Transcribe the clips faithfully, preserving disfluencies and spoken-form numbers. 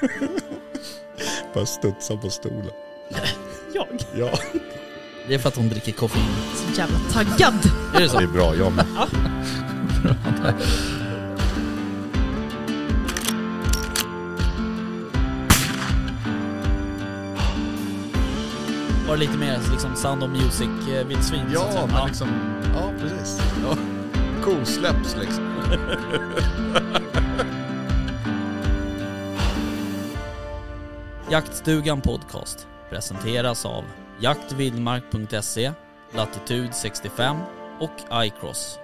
Bara studsa på stolen. Jag? Ja. Det är för att hon dricker koffein. Så jävla taggad. Är det så? Det är bra, jag med. Ja. Var lite mer liksom Sound of Music vildsvin. Ja, men liksom, ja precis. Ja. Kosläpps liksom. Jaktstugan podcast presenteras av jaktvildmark punkt se, Latitude sextiofem och iCross.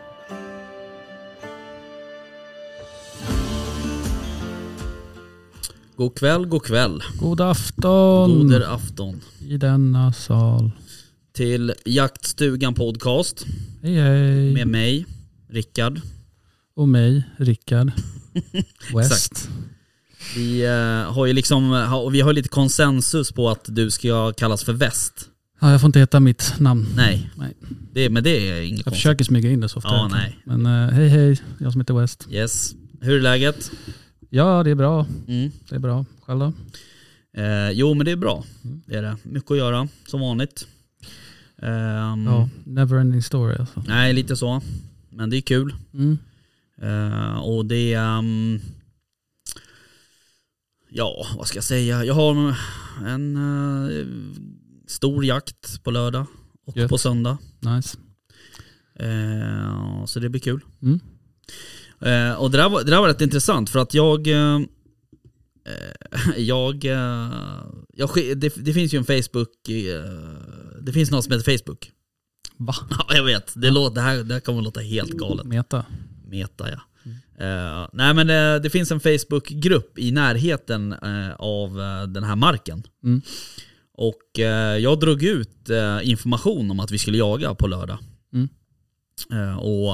God kväll, god kväll. God afton. Goder afton. I denna sal. Till Jaktstugan podcast. Hej hej. Med mig, Rickard. Och mig, Rickard. West. Exakt. Vi uh, har ju liksom, uh, vi har lite konsensus på att du ska kallas för Väst. Ja, jag får inte heta mitt namn. Nej, nej. Det, men det är inget Jag konstigt. försöker smyga in det så ofta. Ja, nej. Men uh, hej hej, jag som heter West. Yes. Hur är läget? Ja, det är bra. Mm. Det är bra. Själv då? Eh, jo, men det är bra. Det är det. Mycket att göra, som vanligt. Um, Ja, never ending story alltså. Nej, lite så. Men det är kul. Mm. Uh, och det är... Um, ja, vad ska jag säga? Jag har en uh, stor jakt på lördag och Gött. på söndag. Nice. Uh, så det blir kul. Mm. Uh, och det där, var, det där var rätt intressant för att jag... Uh, jag, uh, jag det, det finns ju en Facebook... Uh, det finns något som heter Facebook. Va? Ja, jag vet. Det, låter, det, här, det här kommer låta helt galet. Meta. Meta, ja. Mm. Uh, nej, men uh, det finns en Facebookgrupp i närheten uh, av uh, den här marken. Mm. Och uh, jag drog ut uh, information om att vi skulle jaga på lördag. Mm. Uh, och,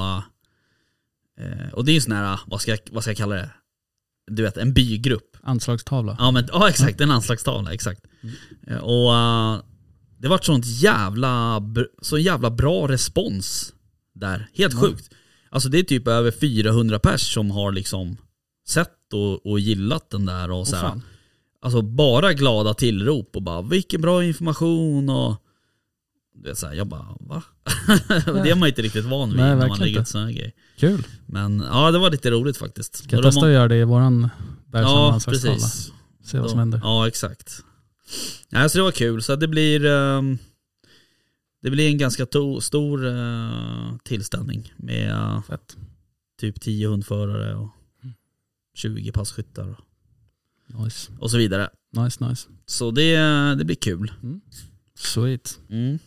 uh, och det är ju sån här, vad ska, jag, vad ska jag kalla det? Du vet, en bygrupp. Anslagstavla. Ja, men, ja exakt, en anslagstavla, exakt. Mm. Uh, och uh, det var sånt jävla, så jävla bra respons där. Helt mm. sjukt. Alltså det är typ över fyrahundra pers som har liksom sett och, och gillat den där och så här. Oh, alltså bara glada tillrop och bara vilken bra information och det är så här, jag bara va? Det är man inte riktigt van vid. Nej, när man lägger ett sån här grej. Kul. Men ja, det var lite roligt faktiskt. Ska jag testa att göra det i våran Ja, precis. Se vad som händer. Ja, exakt. Ja, så det var kul. Så det blir um, det blir en ganska to- stor uh, tillställning med uh, typ tio hundförare och tjugo passkyttar och, nice. och så vidare. Nice, nice. Så det, det blir kul. Mm. Sweet. Mm.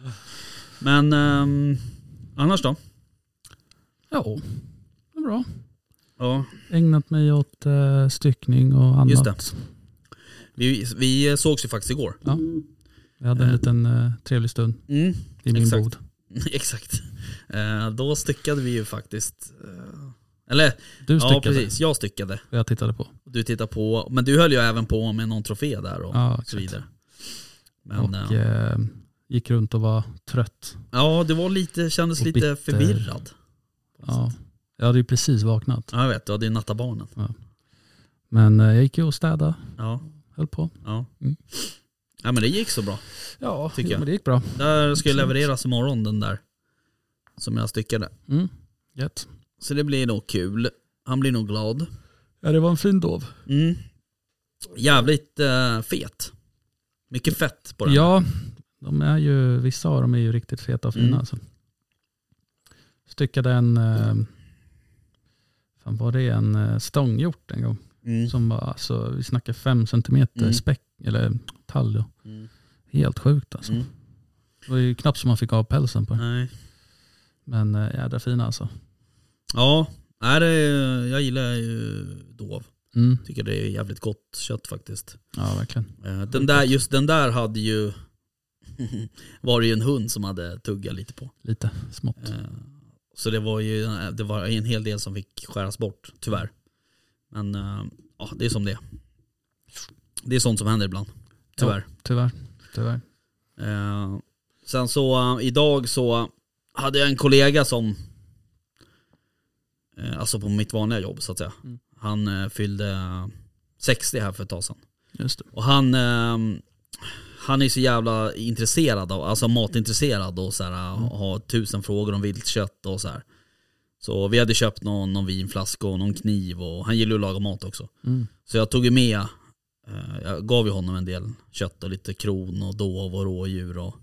Men um, annars då? Ja, det är bra. Ja. Ägnat mig åt uh, styckning och annat. Just det. Vi, vi sågs ju faktiskt igår. Ja. Vi hade en liten uh, trevlig stund mm, i min exakt. bod. Exakt. Uh, då styckade vi ju faktiskt. Uh, eller, du styckade. Ja, precis. Jag styckade. Jag tittade på. Du tittade på. Men du höll ju även på med någon trofé där och ja, så vidare. Men, och uh, gick runt och var trött. Ja, det var lite, kändes lite bitter. Förvirrad. Ja, jag hade ju precis vaknat. Ja, jag vet. Du hade ju nattat barnen. Ja. Men uh, jag gick ju och städade. Ja. Höll på. Ja. Mm. Ja, men det gick så bra. Ja, tycker jag. Men det gick bra. Där ska jag levereras imorgon den där som jag styckade. Mm. Gött. Så det blir nog kul. Han blir nog glad. Ja, det var en fin dov. Mm. Jävligt uh, fet. Mycket fett på den. Ja, de är ju, vissa av dem är ju riktigt feta och fina. Mm. Alltså. Styckade en, uh, fan var det en uh, stångjort en gång. Mm. Som var, alltså, vi snackar fem centimeter mm. späck, eller tall. Mm. Helt sjukt alltså. Mm. Det var ju knappt som man fick av pälsen på. Nej. Men äh, jädra fina alltså. Ja, är det, jag gillar ju dov. Mm. Tycker det är jävligt gott kött faktiskt. Ja, verkligen. Den där, just den där hade ju var det ju en hund som hade tuggat lite på. Lite smått. Så det var ju det var en hel del som fick skäras bort, tyvärr. Men ja, det är som det. Det är sånt som händer ibland. Tyvärr. Ja, tyvärr. Tyvärr. Eh, sen så uh, idag så hade jag en kollega som uh, alltså på mitt vanliga jobb så att säga. Mm. Han uh, fyllde uh, sextio här för ett tag sedan. Just det. Och han eh, han är så jävla intresserad av, alltså matintresserad och så här, mm. har tusen frågor om viltkött och så här. Så vi hade köpt någon, någon vinflaska och någon kniv och han gillar att laga mat också. Mm. Så jag tog ju med, eh, jag gav ju honom en del kött och lite kron och dov och rådjur och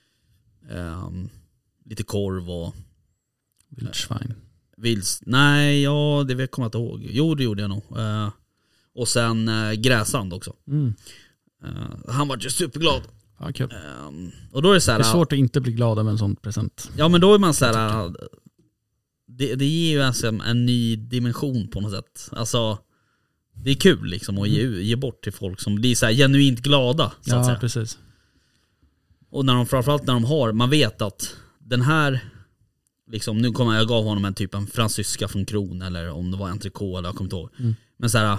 eh, lite korv och vildsvin. Vils, nej, ja, det kommer jag inte ihåg. Jo, det gjorde jag nog. Eh, och sen eh, gräsand också. Mm. Eh, han var ju superglad. Ja, cool. eh, och då är det så här, det är svårt att inte bli glad av en sån present. Ja, men då är man så här, det, det ger ju alltså en ny dimension på något sätt. Alltså, det är kul liksom att ge, ge bort till folk som blir så här genuint glada, så ja, att säga. Precis. Och när de, framförallt när de har, man vet att den här liksom, nu kommer jag, jag gav honom en typ en fransyska från Kron eller om det var entrecote eller jag kommer inte ihåg. Mm. Men så här,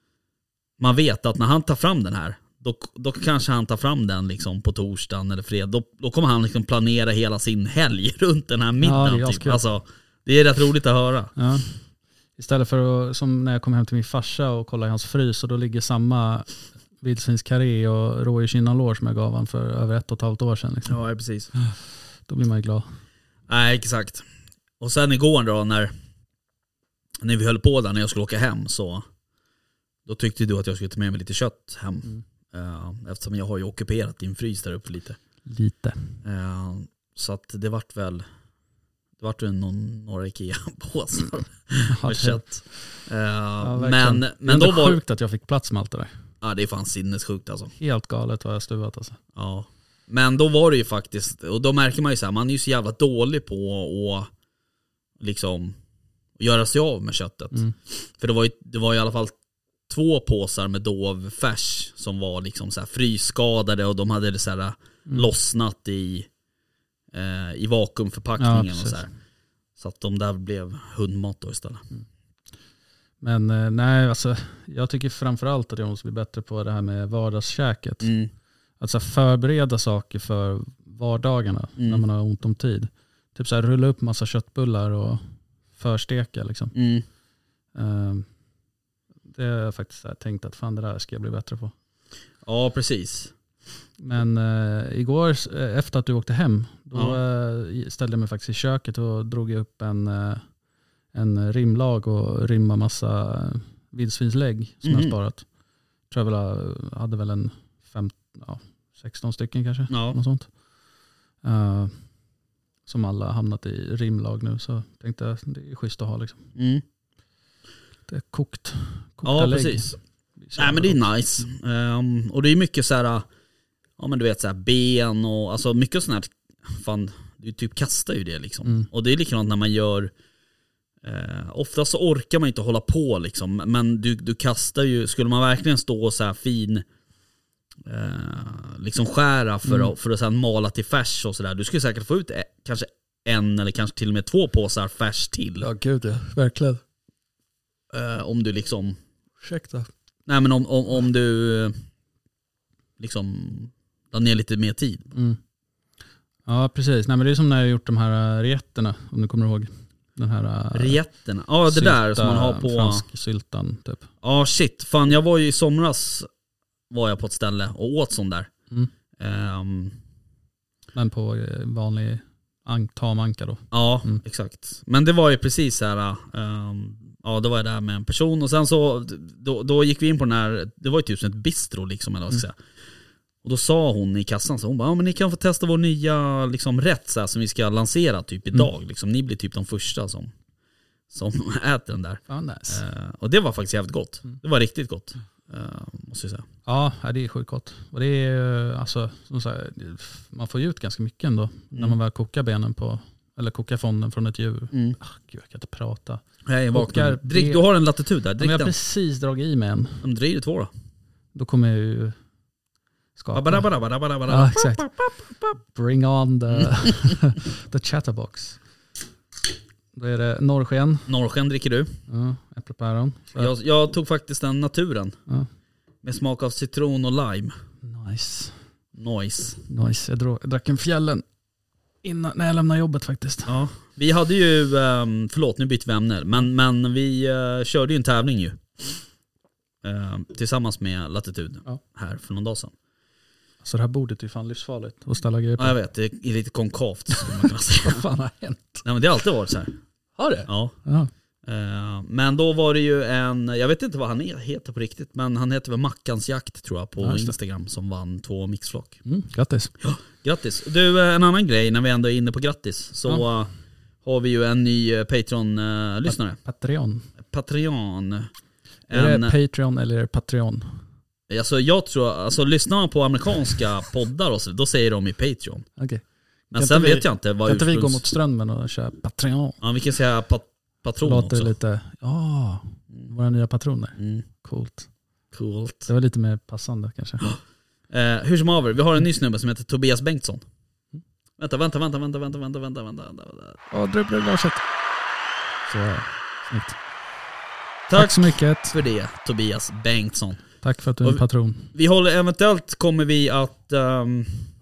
man vet att när han tar fram den här, då, då kanske han tar fram den liksom på torsdagen eller fredag. Då, då kommer han liksom planera hela sin helg runt den här middagen. Ja, typ. Alltså, det är rätt roligt att höra. Ja. Istället för att, som när jag kom hem till min farsa och kollade i hans frys och då ligger samma vildsvinskarré och rådjursinnanlår som jag gav han för över ett och ett halvt år sedan. Liksom. Ja, precis. Då blir man ju glad. Nej, exakt. Och sen igår då när, när vi höll på där när jag skulle åka hem så då tyckte du att jag skulle ta med mig lite kött hem. Mm. Uh, eftersom jag har ju ockuperat din frys där uppe lite. Lite. Uh, så att det vart väl det vart väl någon, några Ikea-påsar med kött. Uh, ja, men, men det är då var sjukt att jag fick plats med allt det där. Ja, det är fan sinnessjukt alltså. Helt galet vad jag stuvat alltså. Ja. Men då var det ju faktiskt, och då märker man ju så här, man är ju så jävla dålig på att liksom göra sig av med köttet. Mm. För det var ju, det var i alla fall två påsar med dovfärs som var liksom så här frysskadade och de hade det så här mm. lossnat i eh, i vakuumförpackningen ja, och så här. Så att de där blev hundmat då istället. Mm. Men eh, nej, alltså jag tycker framförallt att jag måste bli bättre på det här med vardagskäket. Mm. Att så förbereda saker för vardagarna mm. när man har ont om tid. Typ så här rulla upp massa köttbullar och försteka liksom. Mm. Uh, det har jag faktiskt så här tänkt att fan det där ska jag bli bättre på. Ja, precis. Men uh, igår efter att du åkte hem då ja. uh, ställde jag mig faktiskt i köket och drog upp en, uh, en rimlag och rimma massa vildsvinslägg som mm. jag sparat. Tror jag väl hade väl en femton Ja, sexton stycken kanske. Ja. Något sånt. Uh, som alla hamnat i rimlag nu. Så tänkte jag det är schysst att ha liksom. Mm. Det är kokt. Ja, lägg. Precis. Nej, men det är nice. Um, och det är mycket så här, ja men du vet så här ben och alltså mycket sån här, fan, du typ kastar ju det liksom. Mm. Och det är likadant när man gör eh, ofta så orkar man inte hålla på liksom. Men du, du kastar ju, skulle man verkligen stå så här fin Eh, liksom skära för, mm. att, för att sedan mala till färs och sådär. Du skulle säkert få ut kanske en eller kanske till och med två påsar färs till. Ja gud ja, verkligen. Eh, om du liksom ursäkta. Nej men om, om, om du eh, liksom la ner lite mer tid. Mm. Ja precis, nej men det är som när jag gjort de här rietterna, om du kommer ihåg. Den här rietterna, ja det sylta, där som man har på fransk syltan typ. Ja shit, fan jag var ju i somras var jag på ett ställe och åt sån där. Mm. Um, Men på vanlig an- tamanka då? Ja, mm. exakt. Men det var ju precis så här. Um, ja, då var jag där med en person och sen så då, då gick vi in på den här, det var ju typ som ett bistro liksom eller vad ska jag säga. Och då sa hon i kassan så hon bara, ja men ni kan få testa vår nya liksom rätt så här, som vi ska lansera typ idag mm. liksom. Ni blir typ de första som som äter den där. Oh, nice. uh, och det var faktiskt jävligt gott. Mm. Det var riktigt gott. Uh, måste jag säga. Ja, det är sjukt gott. Och det är alltså som sagt, man får ju ut ganska mycket ändå mm. när man väl kokar benen på eller kokar fonden från ett djur. Mm. Ah, gud, jag kan inte prata. Nej, jag vaknar. Drick, du har en latitud där. Drick jag har den. precis dragit i mig en. Om dricker två då? Då kommer jag ju skapa. Bara, bara, bara, bara, bara. Ja, exakt. Bring on the, the chatterbox. Då är det norrsken. Norrsken dricker du. Ja, äppelpäron. Jag, jag tog faktiskt den naturen. Ja. Med smak av citron och lime. Nice. Nice. Nice. Jag, drog, jag drack en fjällen innan, när jag lämnade jobbet faktiskt. Ja. Vi hade ju, um, förlåt nu bytte vi ämner. Men, men vi uh, körde ju en tävling ju. eh, tillsammans med Latitud Ja. här för någon dag sedan. Så det här bordet är ju fan livsfarligt att ställa grejer på. Ja, jag vet, det är lite konkavt skulle man kunna säga. Vad fan har hänt? Nej, men det har alltid varit så här. Har det? Ja. Ja. Eh, men då var det ju en, jag vet inte vad han är, heter på riktigt, men han heter väl Mackans jakt tror jag på Ja, just det. Instagram, som vann två mixflak. Mm, grattis. Grattis. Du, en annan grej när vi ändå är inne på grattis, så Ja. uh, har vi ju en ny uh, Patreon-lyssnare. Patreon. Patreon. Är En, det Patreon eller är det Patreon? alltså jag tror, alltså lyssnar man på amerikanska poddar och så, då säger de i Patreon. Okej. Men Kan sen inte vi- vet jag inte vad Kan inte vi gå ursprungs- mot strömmen och köra Patreon? Ja, vi kan säga pat- patron Låter också. lite, ja, våra nya patroner. Mm, Coolt. coolt. Det var lite mer passande kanske. Eh, hur som haver, vi har en ny snubbe som heter Tobias Bengtsson. Vänta, vänta, vänta, vänta, vänta, vänta, vänta, vänta, vänta. Ja, dra upp reglaget. Så, snyggt. Tack, Tack så mycket. för det, Tobias Bengtsson. Tack för att du är en Och- patron. Vi håller, eventuellt kommer vi att um,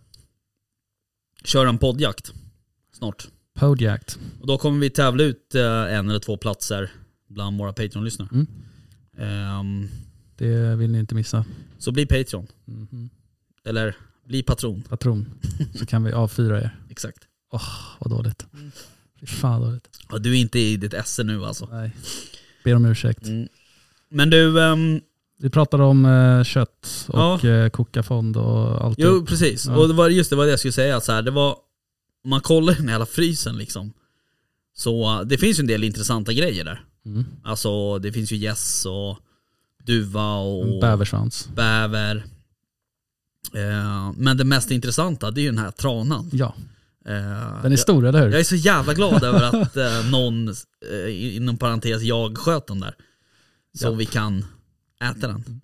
köra en poddjakt snart. Podjakt. Och då kommer vi tävla ut uh, en eller två platser bland våra Patreon-lyssnare. Mm. Ehm, Det vill ni inte missa. så bli Patreon. Mhm. Eller bli patron. Patron. Så kan vi avfyra er. Exakt. Vad dåligt. Fy fan dåligt. Ja, du är inte i ditt esse nu alltså. Nej. Ber om ursäkt. Mm. Men du, um, Vi pratade om eh, kött och Ja. eh, kokafond och allt. jo precis. Ja. Och det var just det var det jag skulle säga. Så här, det var, om man kollar den hela frysen liksom. Så uh, det finns ju en del intressanta grejer där. Mm. Alltså det finns ju gäss och duva och En bäversvans. bäver. Eh, men det mest intressanta, det är ju den här tranan. Ja, Eh, den är stor, eller hur? jag, jag är så jävla glad över att eh, någon, eh, inom parentes, jag sköt den där. Så Ja. vi kan äta den.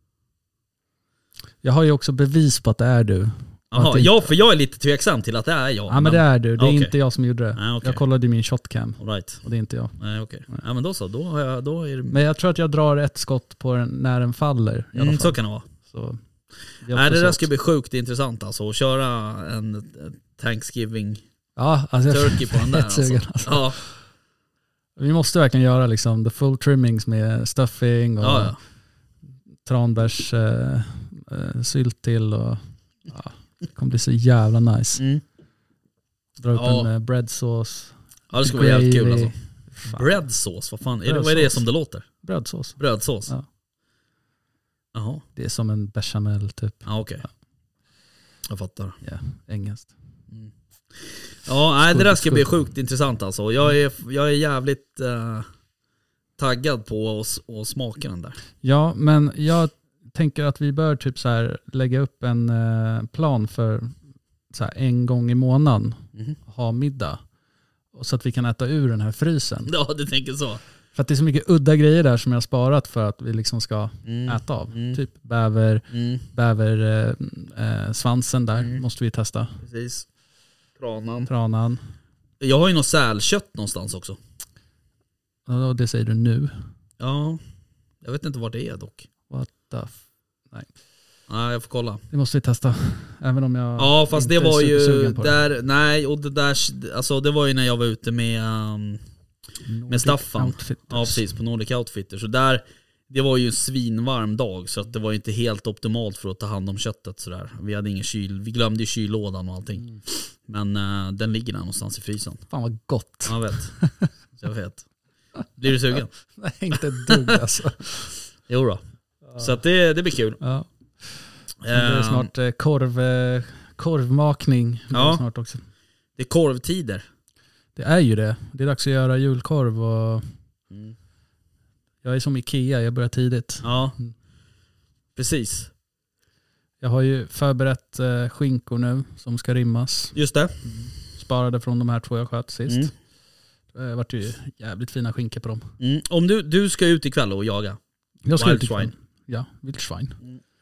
Jag har ju också bevis på att det är du. Jaha, Att det- ja, för jag är lite tveksam till att det är jag. Ja, men det är du. Det är Okej. inte jag som gjorde det. Nej, okej. Jag kollade i min shotcam All right. och det är inte jag. Nej, okej. Ja, men då så, då, har jag, då är det... Men jag tror att jag drar ett skott på den när den faller. I alla Mm, fall. så kan det vara. Så, Nej, det där hjälps ska åt. bli sjukt intressant alltså. Att köra en en Thanksgiving Ja, alltså jag turkey på den där helt sugen, alltså. alltså. Ja, Vi måste verkligen göra liksom the full trimmings med stuffing och ja, ja. tranbärs eh, eh, sylt till och ja, det kommer bli så jävla nice. Mm. Dra upp Ja. en eh, breadsås. Ja, det skulle vara jävligt kul gravy. alltså. Fan. Breadsås, vad fan, är det, vad är det Brödsås. som det låter? Brödsås. Brödsås? Ja. Jaha, Det är som en bechamel typ. ja okej. Jag fattar. Ja, engelskt. Ja, nej, det där ska Skuld, bli skuld. sjukt intressant alltså. Jag är, jag är jävligt eh, taggad på att, s- att smaka den där. Ja, men jag tänker att vi bör typ så här lägga upp en eh, plan för så här en gång i månaden Mhm. ha middag. Och så att vi kan äta ur den här frysen. Ja, du tänker så. För att det är så mycket udda grejer där som jag har sparat för att vi liksom ska Mm. äta av. Mm. Typ bäver, Mm, bäver eh, eh, svansen där Mm. måste vi testa. precis. Tranan. Tranan. Jag har ju något sälkött någonstans också. Och det säger du nu. Ja, jag vet inte vad det är dock. What the f- Nej, jag får kolla. Det måste vi testa. Även om jag Ja, fast inte det är var ju supersugen på det. där, nej, och det där, alltså det var ju när jag var ute med, um, Nordic Staffan. Outfitters. ja precis, på Nordic Outfitters. Så där, det var ju en svinvarm dag så att det var ju inte helt optimalt för att ta hand om köttet sådär. Vi hade ingen kyl, vi glömde ju kyllådan och allting. Mm. Men uh, den ligger där någonstans i frysen. Fan vad gott. Ja, jag vet. Så jag vet. Blir du sugen? Nej, inte ett dugg alltså. Jo då. Så att det, det blir kul. Ja. Sen blir det Ehm, snart eh, korv, eh, korvmakning. Blir Ja. det snart också. Det är korvtider. Det är ju det. Det är dags att göra julkorv och Mm. jag är som Ikea, jag börjar tidigt. Ja, Mm. precis. Jag har ju förberett eh, skinkor nu som ska rimmas. Just det. Sparade från de här två jag sköt sist. Mm. Det vart ju jävligt fina skinkor på dem. Mm. Om du, du ska ut ikväll och jaga. Jag ska ut Wildsvin. ikväll. Ja, vildsvin.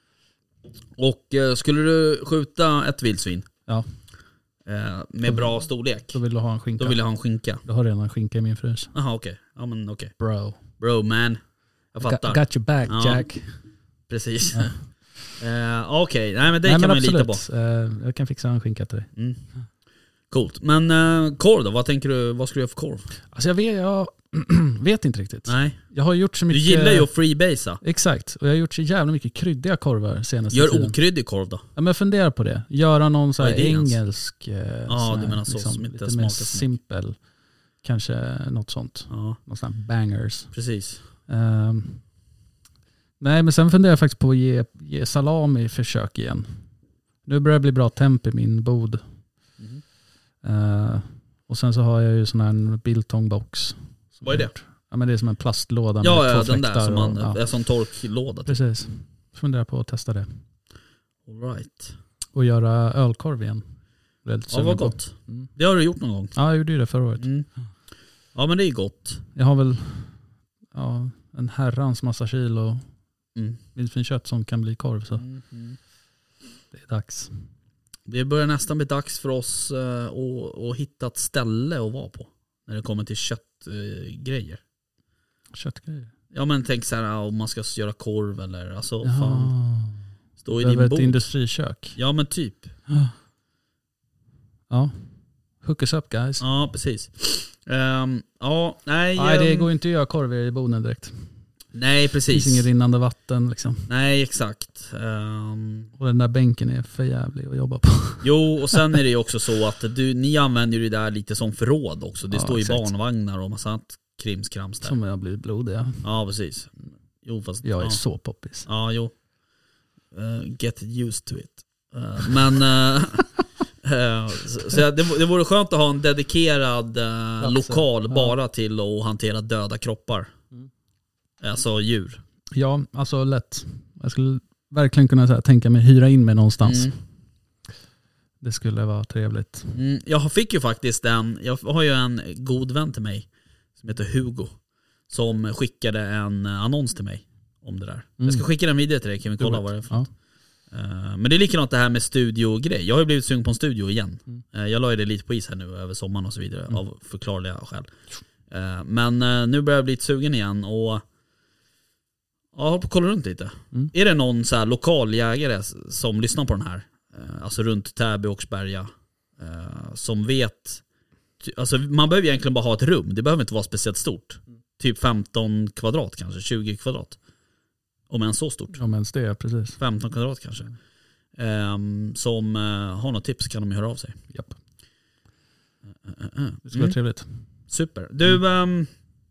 Och eh, skulle du skjuta ett vildsvin Ja, eh, med bra storlek, då vill du ha en skinka. då vill jag ha en skinka. Jag har redan en skinka i min frys. Jaha, okej. Ja, men okej. Bro. Bro man. Jag Got, fattar. got your back, Ja. Jack. Precis. Ja. eh, okej, nej men det Nej, kan men man ju lita på. absolut. Eh, jag kan fixa en skinka till dig. Mm. Coolt. Men eh, korv då? Vad tänker du, vad ska du göra för korv? Alltså jag vet, jag, vet inte riktigt. Nej. Jag har gjort så mycket... Du gillar ju att freebasea. Exakt, och jag har gjort så jävla mycket kryddiga korvar senaste Gör tiden. okryddig korv då. Ja, men fundera på det. Göra någon så här Vad är det ens? engelsk, eh, Ja, sån du här, menar så liksom, som inte lite mer smakar så mycket. simpel. Kanske något sånt. Ja, Någon sån här bangers. precis. Ehm, nej, men sen funderar jag faktiskt på att ge, ge salami i försök igen. Nu börjar det bli bra temp i min bod. Mm. Ehm, och sen så har jag ju sån här biltongbox. Vad är det? Ja, men det är som en plastlåda Ja, med ja två den där fläktar som man, och, ja. är som torklåda. Typ. Precis. Funderar på att testa det. All right. Och göra ölkorv igen. Det är lite Ja, sugen vad på. gott. Mm. Det har du gjort någon gång. Ja, jag gjorde ju det förra året. Mm. Ja, men det är gott. Jag har väl ja, en herrans massa kilo Mm. vildsvinskött som kan bli korv. Så Mm. Mm. det är dags. Det börjar nästan bli dags för oss uh, att, att hitta ett ställe att vara på. När det kommer till köttgrejer. Uh, Köttgrejer. Ja, men tänk så här om man ska göra korv eller alltså Ja. fan. Stå i Över din ett bord. industrakök. Ja, men typ. Ja. Hook us up guys. Ja, precis. Um, ja, nej. Nej, det um, går ju inte att göra korv i boden direkt. Nej, Det finns precis. inget rinnande vatten liksom. Nej, exakt. Um, Och den där bänken är för jävlig att jobba på. jo, och sen är det ju också så att du, ni använder ju det där lite som förråd också. Det Ja, står ju exakt. barnvagnar och massa annat krimskrams där. Som jag har blivit blodig. Ja. Ja, precis. Jo, fast, Jag är ja. så poppis. Ja, jo. Uh, get used to it. Uh, men uh, uh, så, så det, det vore skönt att ha en dedikerad uh, Alltså, lokal ja. bara till att hantera döda kroppar. Mm. Alltså djur. Ja, alltså lätt. Jag skulle verkligen kunna så här, tänka mig hyra in mig någonstans. Mm. Det skulle vara trevligt. Mm, jag fick ju faktiskt en, jag har ju en god vän till mig som heter Hugo som skickade en annons till mig om det där. Mm. Jag ska skicka den vidare till dig, kan vi kolla vad det är för. Ja. Uh, men det är likadant det här med studiogrej. Jag har ju blivit sugen på en studio igen. Mm. Uh, jag la ju det lite på is här nu över sommaren och så vidare Mm. av förklarliga skäl. Uh, men uh, nu börjar jag bli lite sugen igen och ja, jag håller på att kolla runt lite. Mm. Är det någon så här lokal jägare som lyssnar på den här, uh, alltså runt Täby och Åkersberga, uh, som vet, alltså man behöver egentligen bara ha ett rum. Det behöver inte vara speciellt stort. Mm. Typ femton kvadrat kanske, tjugo kvadrat. Om än så stort. Om ens det, precis. femton kvadrat kanske. Um, som uh, har något tips kan de ju höra av sig. Japp. Uh, uh, uh. Det skulle vara trevligt. Super. Du, um,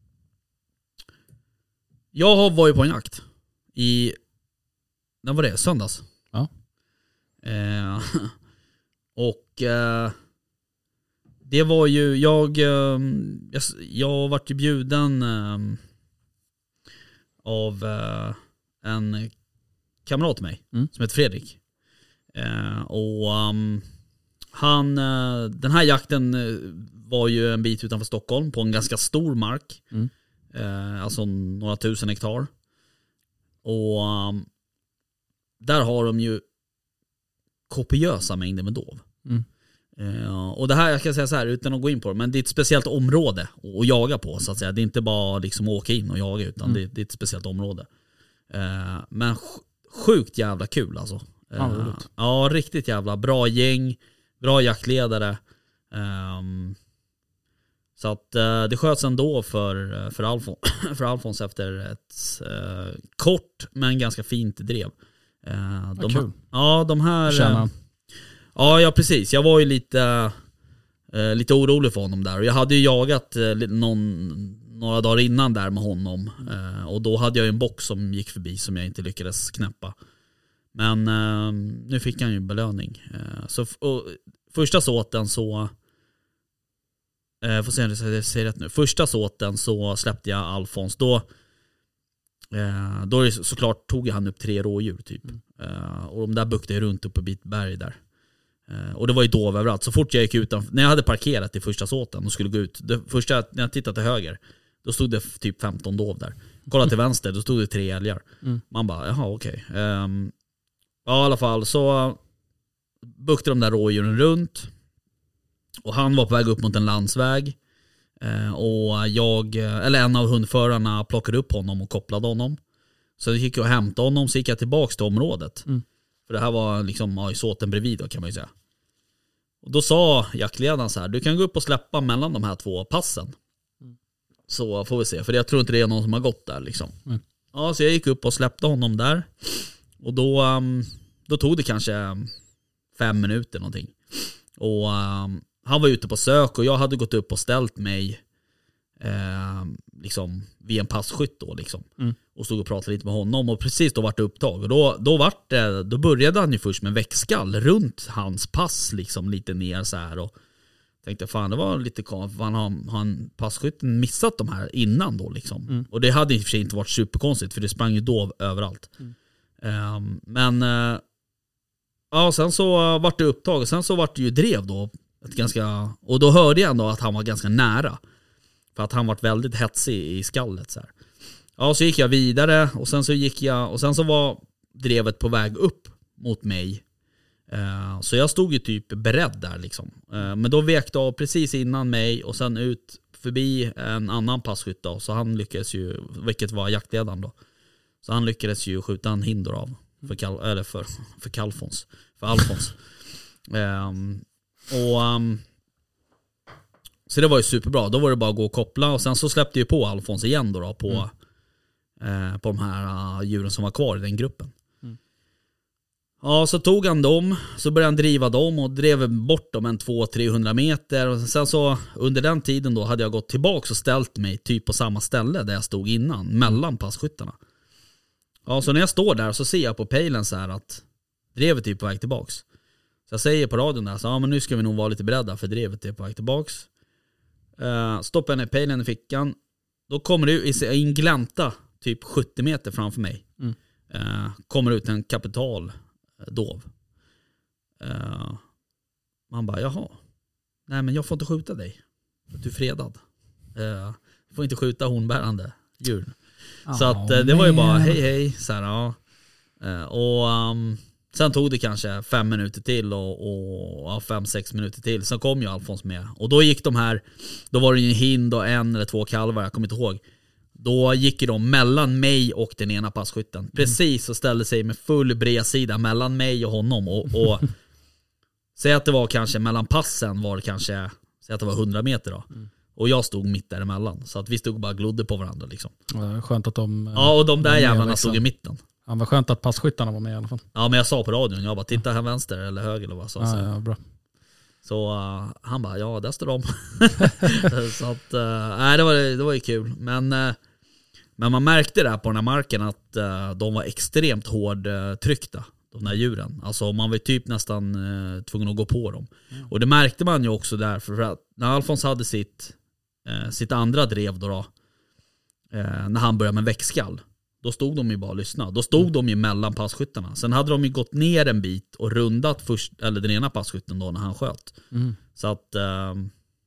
jag har varit på en jakt i, när var det? Söndags. Ja. Uh, och uh, det var ju, jag, um, jag, jag varit ju bjuden um, av uh, en kamrat till mig Mm. som heter Fredrik. Eh, och um, han, eh, den här jakten eh, var ju en bit utanför Stockholm på en ganska stor mark. Mm. Eh, alltså några tusen hektar. Och um, där har de ju kopiösa mängder med dov. Mm. Eh, och det här, jag kan säga så här utan att gå in på det, men det är ett speciellt område att, att jaga på så att säga. Det är inte bara liksom åka in och jaga utan Mm. det, det är ett speciellt område. Eh, men sjukt jävla kul alltså. Ja, Uh, roligt. ja, riktigt jävla bra gäng, bra jaktledare. Um, så att uh, det sköts ändå för, för, Alfon, för Alfons efter ett uh, kort men ganska fint drev. Uh, de, kul. Ja, de här... Tjena. Uh, ja, ja, precis. Jag var ju lite, uh, lite orolig för honom där. Och jag hade ju jagat uh, någon, några dagar innan där med honom. Uh, och då hade jag ju en box som gick förbi som jag inte lyckades knäppa. Men uh, nu fick han ju belöning. Uh, så f- och, första såten så... Uh, får se om jag säger rätt nu. Första såten så släppte jag Alfons. Då, uh, då är det såklart tog han upp tre rådjur typ. Uh, och de där buktade runt upp på Bitberg där. Uh, och det var ju dov överallt. Så fort jag gick ut, när jag hade parkerat i första såten och skulle gå ut. Det första, när jag tittade till höger, då stod det typ femton dov där. Kollade till vänster, då stod det tre älgar. Mm. Man bara, jaha okej. Okay. Um, ja i alla fall så buktade de där rådjuren runt. Och han var på väg upp mot en landsväg. Uh, och jag, eller en av hundförarna plockade upp honom och kopplade honom. Så jag gick jag och hämtade honom, så gick jag tillbaka till området. Mm. För det här var liksom ja, i såten bredvid då, kan man ju säga. Och då sa jaktledaren så här: du kan gå upp och släppa mellan de här två passen. Mm. Så får vi se, för jag tror inte det är någon som har gått där liksom. Mm. Ja, så jag gick upp och släppte honom där. Och då, um, då tog det kanske fem minuter någonting. Och um, han var ute på sök och jag hade gått upp och ställt mig eh, liksom vid en passkytt då liksom. Mm. Och stod och pratade lite med honom och precis då var det upptag. Och då, då, var det, då började han ju först med växskall runt hans pass liksom lite ner så här och tänkte fan det var lite konstigt. Han har han passkytten missat de här innan då liksom. Mm. Och det hade i och för sig inte varit superkonstigt för det sprang ju då överallt. Mm. Um, men uh, ja, sen så uh, vart det upptag och sen så vart det ju drev då ett ganska, och då hörde jag ändå att han var ganska nära för att han var väldigt hetsig i skallet så här. Ja, så gick jag vidare och sen så gick jag och sen så var drevet på väg upp mot mig. Uh, så jag stod ju typ beredd där liksom. Uh, men då vekte av precis innan mig och sen ut förbi en annan passkytt då, så han lyckades ju, vilket var jaktledaren då. Så han lyckades ju skjuta en hinder av för Kal, eller för för Kalfons, för Alfons. um, och um, så det var ju superbra. Då var det bara att gå och koppla och sen så släppte jag på Alfons igen då, då på mm. eh, på de här uh, djuren som var kvar i den gruppen. Mm. Ja, så tog han dem, så började han driva dem och drev bort dem en två till trehundra meter och sen så under den tiden då hade jag gått tillbaka och ställt mig typ på samma ställe där jag stod innan mellan passkyttarna. Ja, så när jag står där så ser jag på pejlen så här att drevet är på väg tillbaks. Så jag säger på radion där, så ja men nu ska vi nog vara lite beredda för drevet är på väg tillbaks. Uh, stoppar jag ner pejlen i fickan. Då kommer det ut i en glänta typ sjuttio meter framför mig. Mm. Uh, kommer ut en kapital dov. Uh, man bara, jaha. Nej men jag får inte skjuta dig. Du är fredad. Uh, du får inte skjuta hornbärande djur. Så att det var ju bara hej hej så här, ja. Och um, sen tog det kanske fem minuter till och, och ja, fem, sex minuter till. Sen kom ju Alfons med. Och då gick de här, då var det ju en hind och en eller två kalvar, jag kommer inte ihåg. Då gick de mellan mig och den ena passkytten. Mm. Precis, och ställde sig med full bredsida mellan mig och honom. Och, och säg att det var kanske mellan passen var det kanske, säg att det var hundra meter då. Mm. Och jag stod mitt däremellan. Så att vi stod bara glodde på varandra liksom. Ja, skönt att de... Ja, och de där jävlarna stod i mitten. Ja, vad skönt att passkyttarna var med i alla fall. Ja, men jag sa på radion, jag bara titta här vänster eller höger eller vad så. Ja, ja, bra. Så uh, han bara, ja där står de. Så att, uh, nej det var, det var ju kul. Men, uh, men man märkte där på den här marken att uh, de var extremt hård uh, tryckta. De där djuren. Alltså man var typ nästan uh, tvungen att gå på dem. Mm. Och det märkte man ju också där. För att när Alfons hade sitt uh, sitt andra drev då, då uh, när han började med växskall, då stod de ju bara och lyssnade. Då stod mm. de ju mellan passkyttarna. Sen hade de ju gått ner en bit och rundat först, eller den ena passkytten då när han sköt. Mm. Så att uh,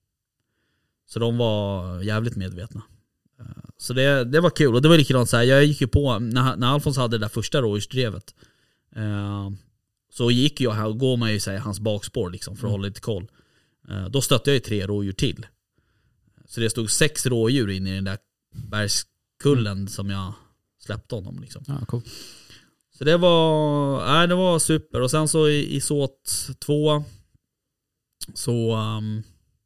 så de var jävligt medvetna. Uh, så det, det var kul. Och det var likadant så här, jag gick ju på när, när Alfons hade det där första rådjursdrevet. Uh, så gick jag här och går man ju säga hans bakspår liksom för att mm. hålla lite koll. Uh, då stötte jag ju tre rådjur till. Så det stod sex rådjur in i den där bergskullen mm. som jag släppte honom liksom. Ja, cool. Så det var, nej, det var super. Och sen så i, i såt två så um,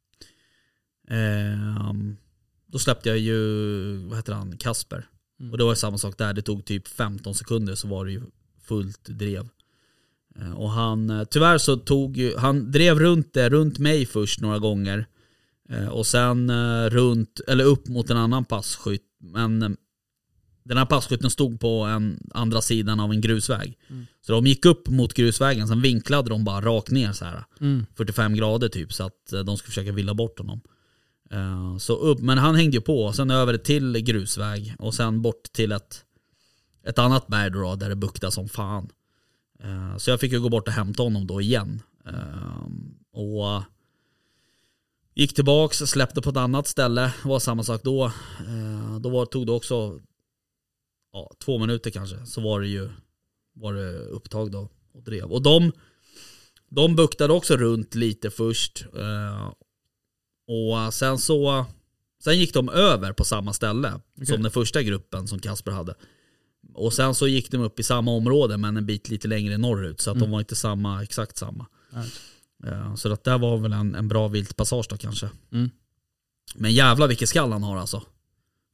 um, då släppte jag ju, vad heter han, Kasper. Mm. Och det var samma sak där, det tog typ femton sekunder så var det ju fullt drev. Och han, tyvärr så tog ju, han drev runt det, runt mig först några gånger. Och sen runt, eller upp mot en annan passkytt. Men den här passkytten stod på en andra sidan av en grusväg. Mm. Så de gick upp mot grusvägen, sen vinklade de bara rakt ner så här. Mm. fyrtiofem grader typ, så att de skulle försöka villa bort honom. Så upp, men han hängde ju på, sen över till grusväg och sen bort till ett ett annat berg då, där det buktade som fan. Uh, så jag fick ju gå bort och hämta honom då igen. Uh, och gick tillbaks, släppte på ett annat ställe. Det var samma sak då. Uh, då var, tog det också ja, två minuter kanske. Så var det ju var det upptag då och drev. Och de, de buktade också runt lite först. Uh, och sen så sen gick de över på samma ställe okay. som den första gruppen som Kasper hade. Och sen så gick de upp i samma område men en bit lite längre norrut. Så att mm. de var inte samma, exakt samma. Right. Ja, så att det var väl en, en bra viltpassage då kanske. Mm. Men jävla vilket skall han har alltså.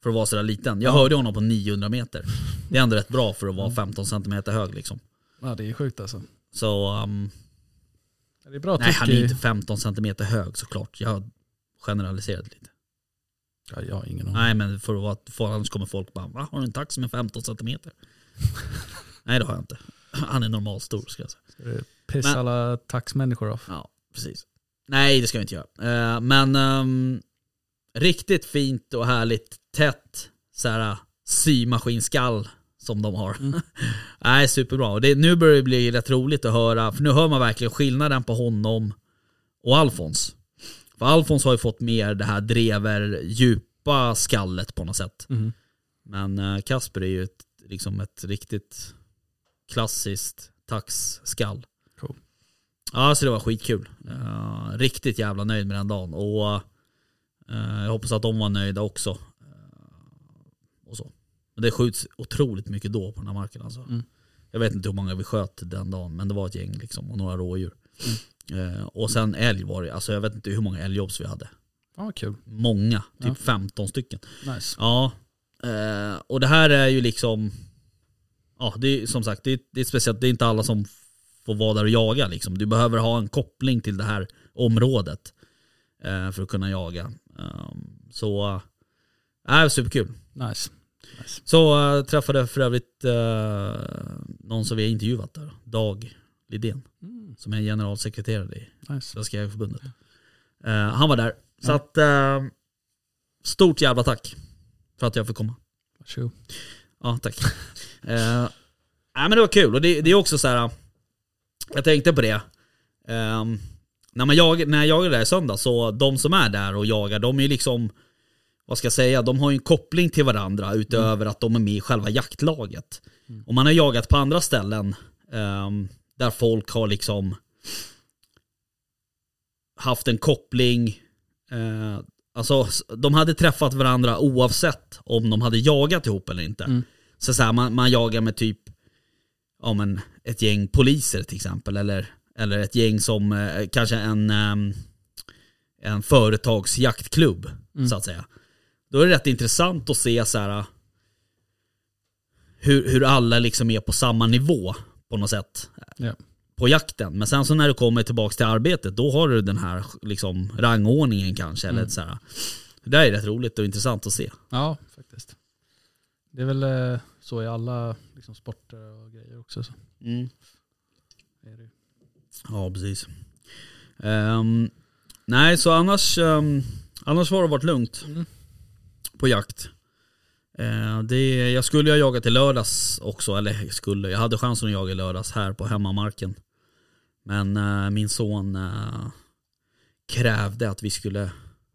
för att vara sådär liten. Jag ja. hörde honom på niohundra meter. Det är ändå rätt bra för att vara femton centimeter hög liksom. Ja, det är sjukt alltså. Så um, det är bra. nej, han är inte femton centimeter hög såklart. Jag generaliserade lite. Ja, jag har ingen aning. Nej, men för att vara, för annars kommer folk bara, va, har du en tax som är femton centimeter? Nej, det har jag inte. Han är normalt stor, ska jag säga. Ska du pissa men, alla taxmänniskor av? Ja, precis. Nej, det ska vi inte göra. Uh, men um, riktigt fint och härligt tätt såhär symaskinskall som de har. Mm. Nej, superbra. Och det, nu börjar det bli rätt roligt att höra, för nu hör man verkligen skillnaden på honom och Alfons. För Alfons har ju fått mer det här drever djupa skallet på något sätt. Mm. Men uh, Kasper är ju ett, liksom ett riktigt klassiskt taxskall. Cool. Ja, så det var skitkul. Uh, riktigt jävla nöjd med den dagen. Och uh, jag hoppas att de var nöjda också. Uh, och så. Men det skjuts otroligt mycket då på den här marken. Alltså. Mm. Jag vet inte hur många vi sköt den dagen, men det var ett gäng liksom, och några rådjur. Mm. Uh, och sen älg var det. Alltså jag vet inte hur många älgjobs vi hade. Ja, kul. Många, typ ja. femton stycken. Nice. Ja. Uh, och det här är ju liksom... Ja, det är som sagt, det är, det är speciellt. Det är inte alla som får vara där och jaga liksom. Du behöver ha en koppling till det här området eh, för att kunna jaga. Um, så äh, superkul. Nice. nice. Så äh, träffade för övrigt äh, någon som vi har intervjuat där, Dag Lidén, mm. som är generalsekreterare i nice. Svenska Jägareförbundet. Uh, han var där. Ja. Så att uh, stort jävla tack för att jag fick komma. Varsågod. Ja, tack. uh, nej, men det var kul. Och det, det är också så här. Jag tänkte på det. Um, när, man jag, när jag jagade där i söndag, så de som är där och jagar, de är ju liksom, vad ska jag säga, de har ju en koppling till varandra utöver mm. att de är med i själva jaktlaget. Mm. Och man har jagat på andra ställen um, där folk har liksom haft en koppling. Uh, alltså de hade träffat varandra oavsett om de hade jagat ihop eller inte. Mm. Så, så här, man, man jagar med typ ja, men ett gäng poliser till exempel, eller, eller ett gäng som eh, kanske en, eh, en företagsjaktklubb mm. så att säga. Då är det rätt intressant att se så här, hur, hur alla liksom är på samma nivå på något sätt ja. På jakten. Men sen så när du kommer tillbaka till arbetet, då har du den här liksom rangordningen kanske. Mm. Eller så här. Det där är rätt roligt och intressant att se. Ja, faktiskt. Det är väl eh, så i alla liksom, sporter och grejer också. Så. Mm. Det är det. Ja, precis. Um, nej, så annars, um, annars har det varit lugnt mm. på jakt. Uh, det, jag skulle ha jagat till lördags också. Eller skulle, jag hade chansen att jaga i lördags här på hemmamarken. Men uh, min son uh, krävde att vi skulle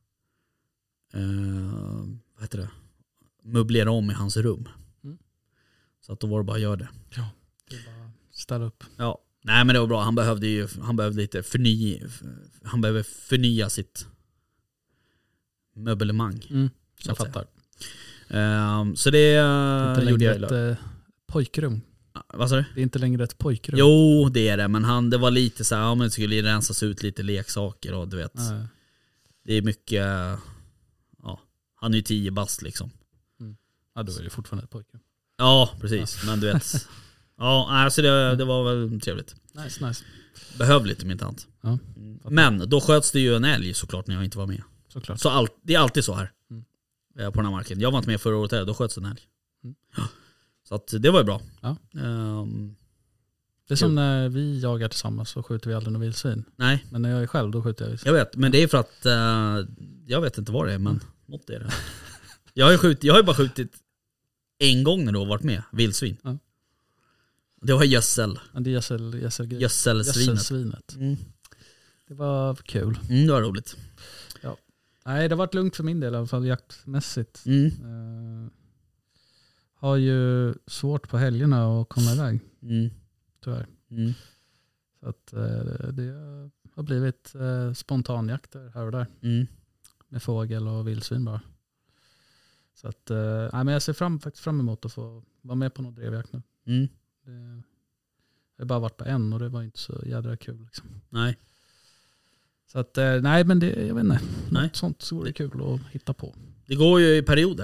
uh, vad heter det? möblera om i hans rum. Mm. Så att då var det bara att göra det. Ja, det är bara ställa upp. Ja, nej men det var bra. Han behövde ju han behövde lite förny han behöver förnya sitt möblemang. Mm, jag fattar. Um, så det uh, gjorde jag. Ett uh, pojkrum. Uh, vad sa du? Det är inte längre ett pojkrum. Jo, det är det, men han det var lite så här, ja, men det skulle rensas ut lite leksaker och du vet. Uh. Det är mycket uh, ja, han är ju tio bast liksom. Ja, då är det fortfarande ett pojke. Ja, precis. Ja. Men du vet. Ja, alltså det, det var väl trevligt. Nice, nice. Behövligt om inte annat. Ja. Men då sköts det ju en älg såklart när jag inte var med. Såklart. Så all, det är alltid så här. Mm. På den här marken. Jag var inte med förra året här, då sköts en älg. Mm. Så att det var ju bra. Ja. Um, det är som när vi jagar tillsammans så skjuter vi aldrig någon vildsvin. Nej. Men när jag är själv då skjuter jag vildsvin. Jag vet, men det är för att uh, jag vet inte vad det är, men mm. något är det. Jag har ju skjutit, jag har ju bara skjutit en gång när du har varit med, vildsvin. Ja. Det var gödsel. Ja, det är gödsel, gödsel, gödselsvinet. gödselsvinet. Mm. Det var kul. Mm, det var roligt. Ja. Nej, det har varit lugnt för min del i alla fall jaktmässigt. Mm. Uh, har ju svårt på helgerna att komma iväg. Mm. Tyvärr. Mm. Så att uh, det har blivit uh, spontanjakter här och där. Mm. Med fågel och vildsvin bara. Så att, uh, nej, men jag ser fram, faktiskt fram emot att få vara med på någon drevjakt nu. Mm. Det, jag har bara varit på en och det var inte så jädra kul. Liksom. Nej. Så att, uh, nej men det, jag vet inte. Nej. Något sånt så vore det kul att hitta på. Det går ju i perioder.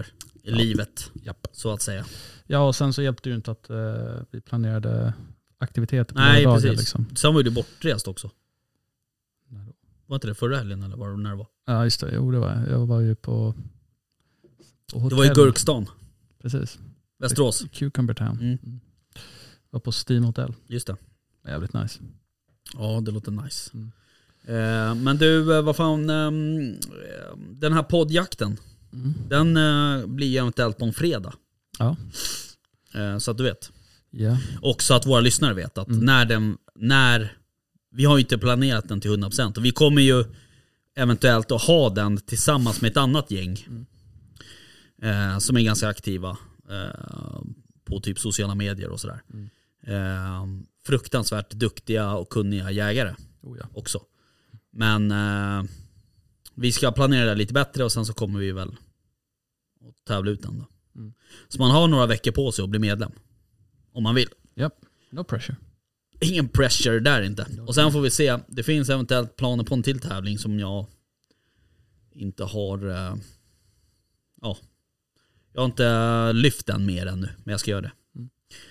i livet, Japp. så att säga. Ja, och sen så hjälpte ju inte att eh, vi planerade aktiviteter på Nej, några precis. dagar. Liksom. Sen var ju du bortrest också. När då? Var inte det förra helgen eller var det när det var? Ja, just det. Jo, det var jag. Jag var ju på, på hotell. Det var i Gurkstan, Precis. Västerås. Cucumber Town. Mm. Mm. Var på Steam Hotel. Just det. Jävligt nice. Ja, det låter nice. Mm. Eh, men du, eh, vad fan, ehm, den här poddjakten, Mm. den eh, blir eventuellt på en fredag. Ja. Eh, så att du vet. Ja. Och så att våra lyssnare vet att Mm. när den, när, vi har ju inte planerat den till hundra procent. Och vi kommer ju eventuellt att ha den tillsammans med ett annat gäng. Mm. Eh, som är ganska aktiva eh, på typ sociala medier och sådär. Mm. Eh, fruktansvärt duktiga och kunniga jägare Oh, ja. också. Men eh, vi ska planera det lite bättre och sen så kommer vi väl att tävla ut den då. Mm. Så man har några veckor på sig att bli medlem. Om man vill. Yep. No pressure. Ingen pressure där inte. Och sen får vi se. Det finns eventuellt planer på en till tävling som jag inte har... Eh, ja. Jag har inte lyft den mer ännu. Men jag ska göra det. Mm.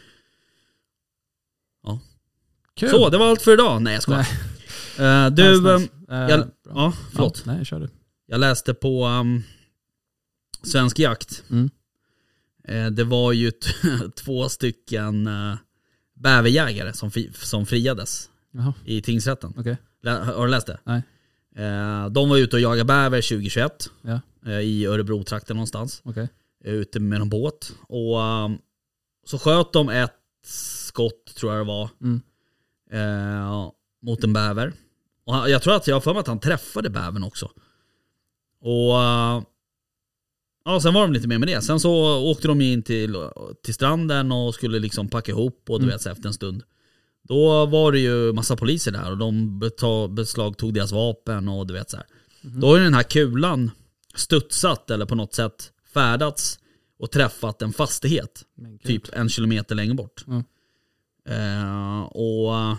Ja. Kul. Så, det var allt för idag. Nej, jag skojar. Uh, du... Nice, nice. Um, Eh, jag, bra. ja, förlåt. Ja, nej, kör du. Jag läste på um, Svensk Jakt. Mm. Eh, det var ju t- två stycken uh, bäverjägare som, fi- som friades Jaha, i tingsrätten. okej. Lä- har du läst det? Nej. Eh, de var ute och jagade bäver tjugohundratjugoett Ja, eh, i Örebro-trakten någonstans. okej. Eh, ute med en båt. Och um, så sköt de ett skott, tror jag det var, Mm. eh, mot en bäver. Och han, jag tror att jag har för mig att han träffade bävern också. Och uh, ja, sen var de lite mer med det. Sen så åkte de in till, till stranden och skulle liksom packa ihop och du Mm. vet så efter en stund. Då var det ju massa poliser där och de beta- beslagtog deras vapen och du vet så här. Mhm. Då har ju den här kulan studsat eller på något sätt färdats och träffat en fastighet Men gud. typ en kilometer längre bort. Mm. Eh, och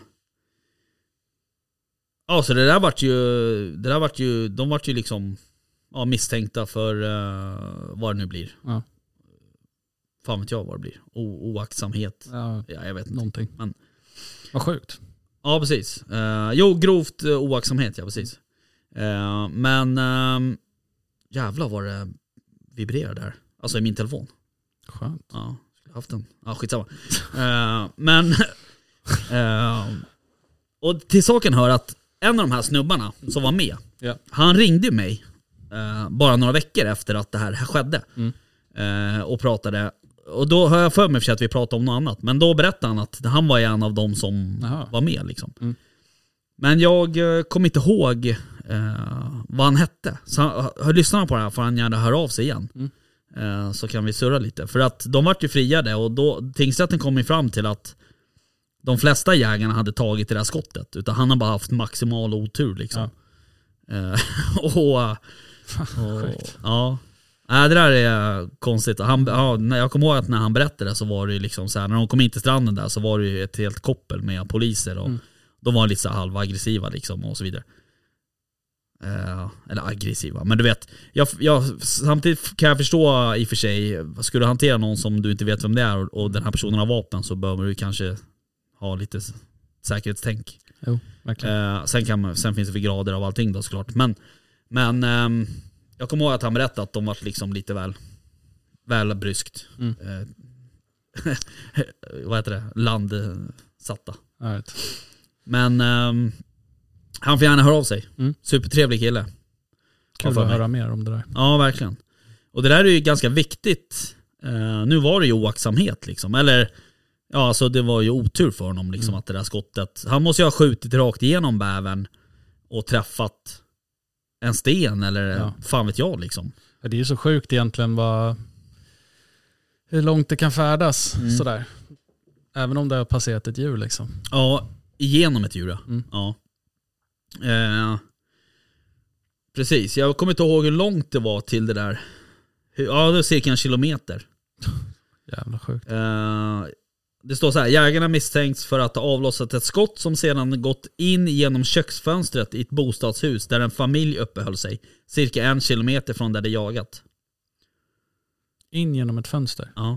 ja, så det där vart ju, det där vart ju, de vart ju liksom ja, misstänkta för uh, vad det nu blir. Ja. Fan vet jag vad det blir. O- oaktsamhet. Ja, Ja, jag vet inte. någonting. Men- Vad sjukt. Ja, precis. Eh, jo, grovt uh, oaktsamhet, ja precis. Eh, men uh, jävlar vad det vibrerar där. Alltså i min telefon. Skönt. Ja, skulle haft den. Ja, skitsamma. uh, men uh, och till saken hör att en av de här snubbarna som var med, Ja. han ringde mig uh, bara några veckor efter att det här skedde. Mm. Uh, och pratade. Och då har jag för mig för att vi pratade om något annat. Men då berättade han att han var en av dem som Aha. var med liksom. Mm. Men jag uh, kom inte ihåg uh, vad han hette. Så han, uh, lyssnar han på det här får han gärna höra av sig igen. Mm. Uh, så kan vi surra lite. För att de vart ju friade och då, tingsrätten kom ju fram till att de flesta jägarna hade tagit det där skottet. Utan han har bara haft maximal otur liksom. Ja. Uh, och, och ja. Nej, det där är konstigt. Han, ja, när jag kommer ihåg att när han berättade så var det ju liksom så här, när de kom in till stranden där så var det ju ett helt koppel med poliser och Mm. de var lite så här halvaggressiva liksom och så vidare. Uh, eller aggressiva, men du vet jag, jag, samtidigt kan jag förstå i och för sig, skulle du hantera någon som du inte vet vem det är och, och den här personen har vapen så behöver du kanske ha lite säkerhetstänk. Jo, verkligen. Uh, sen, kan man, sen finns det för grader av allting då såklart. Men, men um, jag kommer ihåg att han berättade att de var liksom lite väl väl bryskt. Mm. Uh, vad heter det? Landsatta. All right. Men um, han får gärna höra av sig. Mm. Supertrevlig kille. Kul för att mig. höra mer om det där. Ja, verkligen. Och det där är ju ganska viktigt. Uh, nu var det ju oaktsamhet liksom. Eller ja, alltså det var ju otur för honom liksom Mm. att det där skottet. Han måste ju ha skjutit rakt igenom bävern och träffat en sten eller Ja. fan vet jag liksom. Ja, det är ju så sjukt egentligen vad, hur långt det kan färdas Mm. sådär. Även om det har passerat ett djur liksom. Ja, igenom ett djur. Ja. Mm. Ja. Eh, precis, jag kommer inte ihåg hur långt det var till det där. Hur- Ja, det är cirka en kilometer. Jävla sjukt. Eh, det står så här: jägarna misstänks för att ha avlossat ett skott som sedan gått in genom köksfönstret i ett bostadshus där en familj uppehöll sig cirka en kilometer från där det jagat. In genom ett fönster. Ja.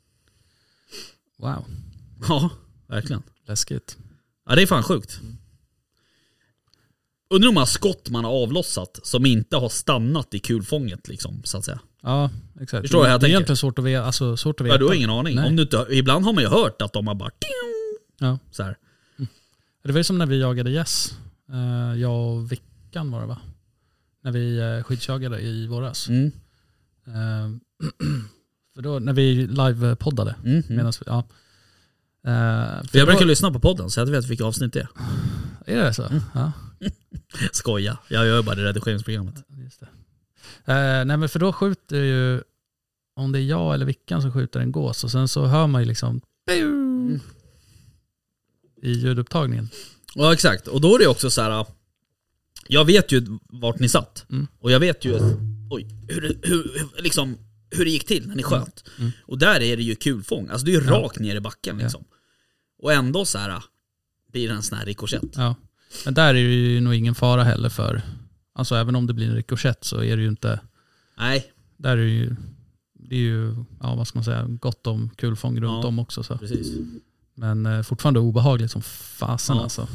Wow. Ja, verkligen. Läskigt. Ja, det är fan sjukt. Undrar hur många skott man har avlossat som inte har stannat i kulfånget liksom, så att säga. Ja, exakt. Förstår jag, jag det är tänker. egentligen svårt att veta. Alltså, svårt att veta. Ja, du har ingen aning. Nej. Om du inte, ibland har man ju hört att de har bara... Ja. Så här. Det var ju som när vi jagade gäss. Uh, jag och Vickan var det va? När vi uh, skyddsjagade i våras. Mm. Uh, för då, när vi live-poddade. Mm. Medans, ja. uh, för jag brukar då, lyssna på podden så jag vet vilka avsnitt det är. Är det så? Mm. Ja. Skoja, jag gör bara det redigeringsprogrammet. Just det. Uh, nej men för då skjuter ju, om det är jag eller Vickan som skjuter en gås och sen så hör man ju liksom mm. i ljudupptagningen. Ja exakt, och då är det också så här. Jag vet ju vart ni satt. Mm. Och jag vet ju oj, hur, hur, hur, liksom, hur det gick till när ni sköt. Mm. Mm. Och där är det ju kulfång. Alltså det är ju ja. rakt ner i backen liksom. Ja. Och ändå så här blir det en sån här rikoschett. Ja. Men där är det ju nog ingen fara heller för. Alltså även om det blir en rikoschett så är det ju inte. Nej. Där är det ju, det är ju, ja vad ska man säga, gott om kulfång runt ja, om också så. Precis. Men eh, fortfarande obehagligt som fasen ja. alltså.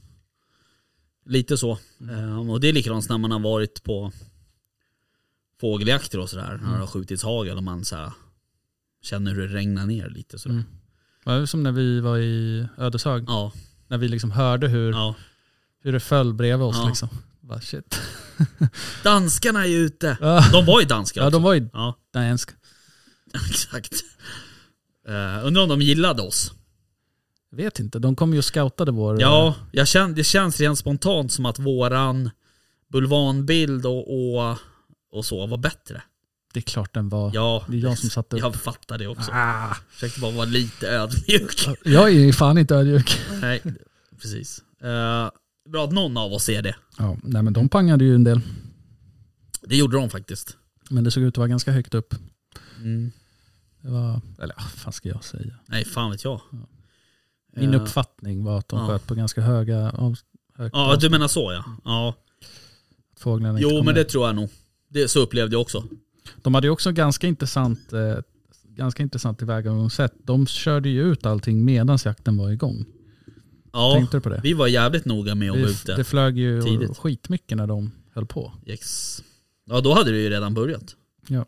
Lite så. Mm. Och det är likadant när man har varit på fågeljakter och sådär. Mm. När det har skjutits hagel och man så här, känner hur det regnar ner lite sådär. Mm. Det var som när vi var i Ödeshög. Ja. När vi liksom hörde hur, ja. hur det föll bredvid oss ja. liksom. Bara shit. Danskarna är ju ute. Ja. De var ju danska också. Ja, de var ju ja. danska. Exakt. Uh, undrar om de gillade oss. Jag vet inte, de kom ju och scoutade vår... Ja, jag känner, det känns rent spontant som att våran bulvanbild och, och, och så var bättre. Det är klart den var. Ja, det är jag som satte upp. Jag fattar det också. Ah. Försökte bara vara lite ödmjuk. Jag är ju fan inte ödmjuk. Nej, precis. Uh, bra att någon av oss är det. Ja, nej men de pangade ju en del. Det gjorde de faktiskt. Men det såg ut att vara ganska högt upp. Mm. Det var, eller vad fan ska jag säga? Nej, fan vet jag. Ja. Min uh, uppfattning var att de ja. sköt på ganska höga av, högt Ja, avstånd. Du menar så ja. Ja. Fåglarna jo, men det tror jag nog. Det, så upplevde jag också. De hade ju också ganska intressant eh, ganska intressant tillvägagångssätt. De körde ju ut allting medan jakten var igång. Ja, tänkte du på det? Vi var jävligt noga med att vara ute. Det flög ju tidigt. Skitmycket när de höll på. Yes. Ja, då hade det ju redan börjat. Ja.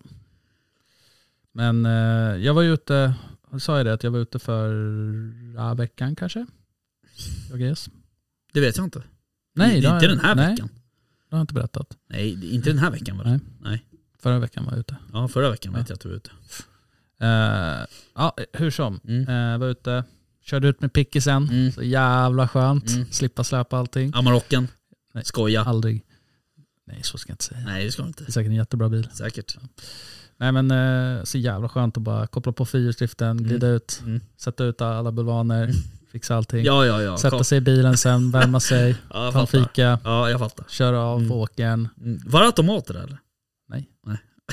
Men eh, jag var ju ute, sa jag det att jag var ute förra veckan kanske? Jag guess. Det vet jag inte. Nej, det är inte jag, den här nej, veckan. Det har jag inte berättat. Nej, inte den här veckan var det. Nej. nej. Förra veckan var jag ute. Ja, förra veckan ja. vet jag att du var ute. Uh, ja, hur som. Mm. Uh, var ute, körde ut med pickisen. Mm. Så jävla skönt. Mm. Slippa släpa allting. Amarocken. Nej, skoja. Aldrig. Nej, så ska jag inte säga. Nej, det ska inte. Det är säkert en jättebra bil. Säkert. Ja. Nej men uh, så jävla skönt att bara koppla på fyrhjulsdriften, glida mm. ut, mm. sätta ut alla bulvaner, mm. fixa allting. Ja, ja, ja. Sätta Kom. sig i bilen sen, värma sig, ja, ta en fika. Ja, jag fattar. Köra av mm. på åkern. Mm. Var det automater eller? Nej. Nej.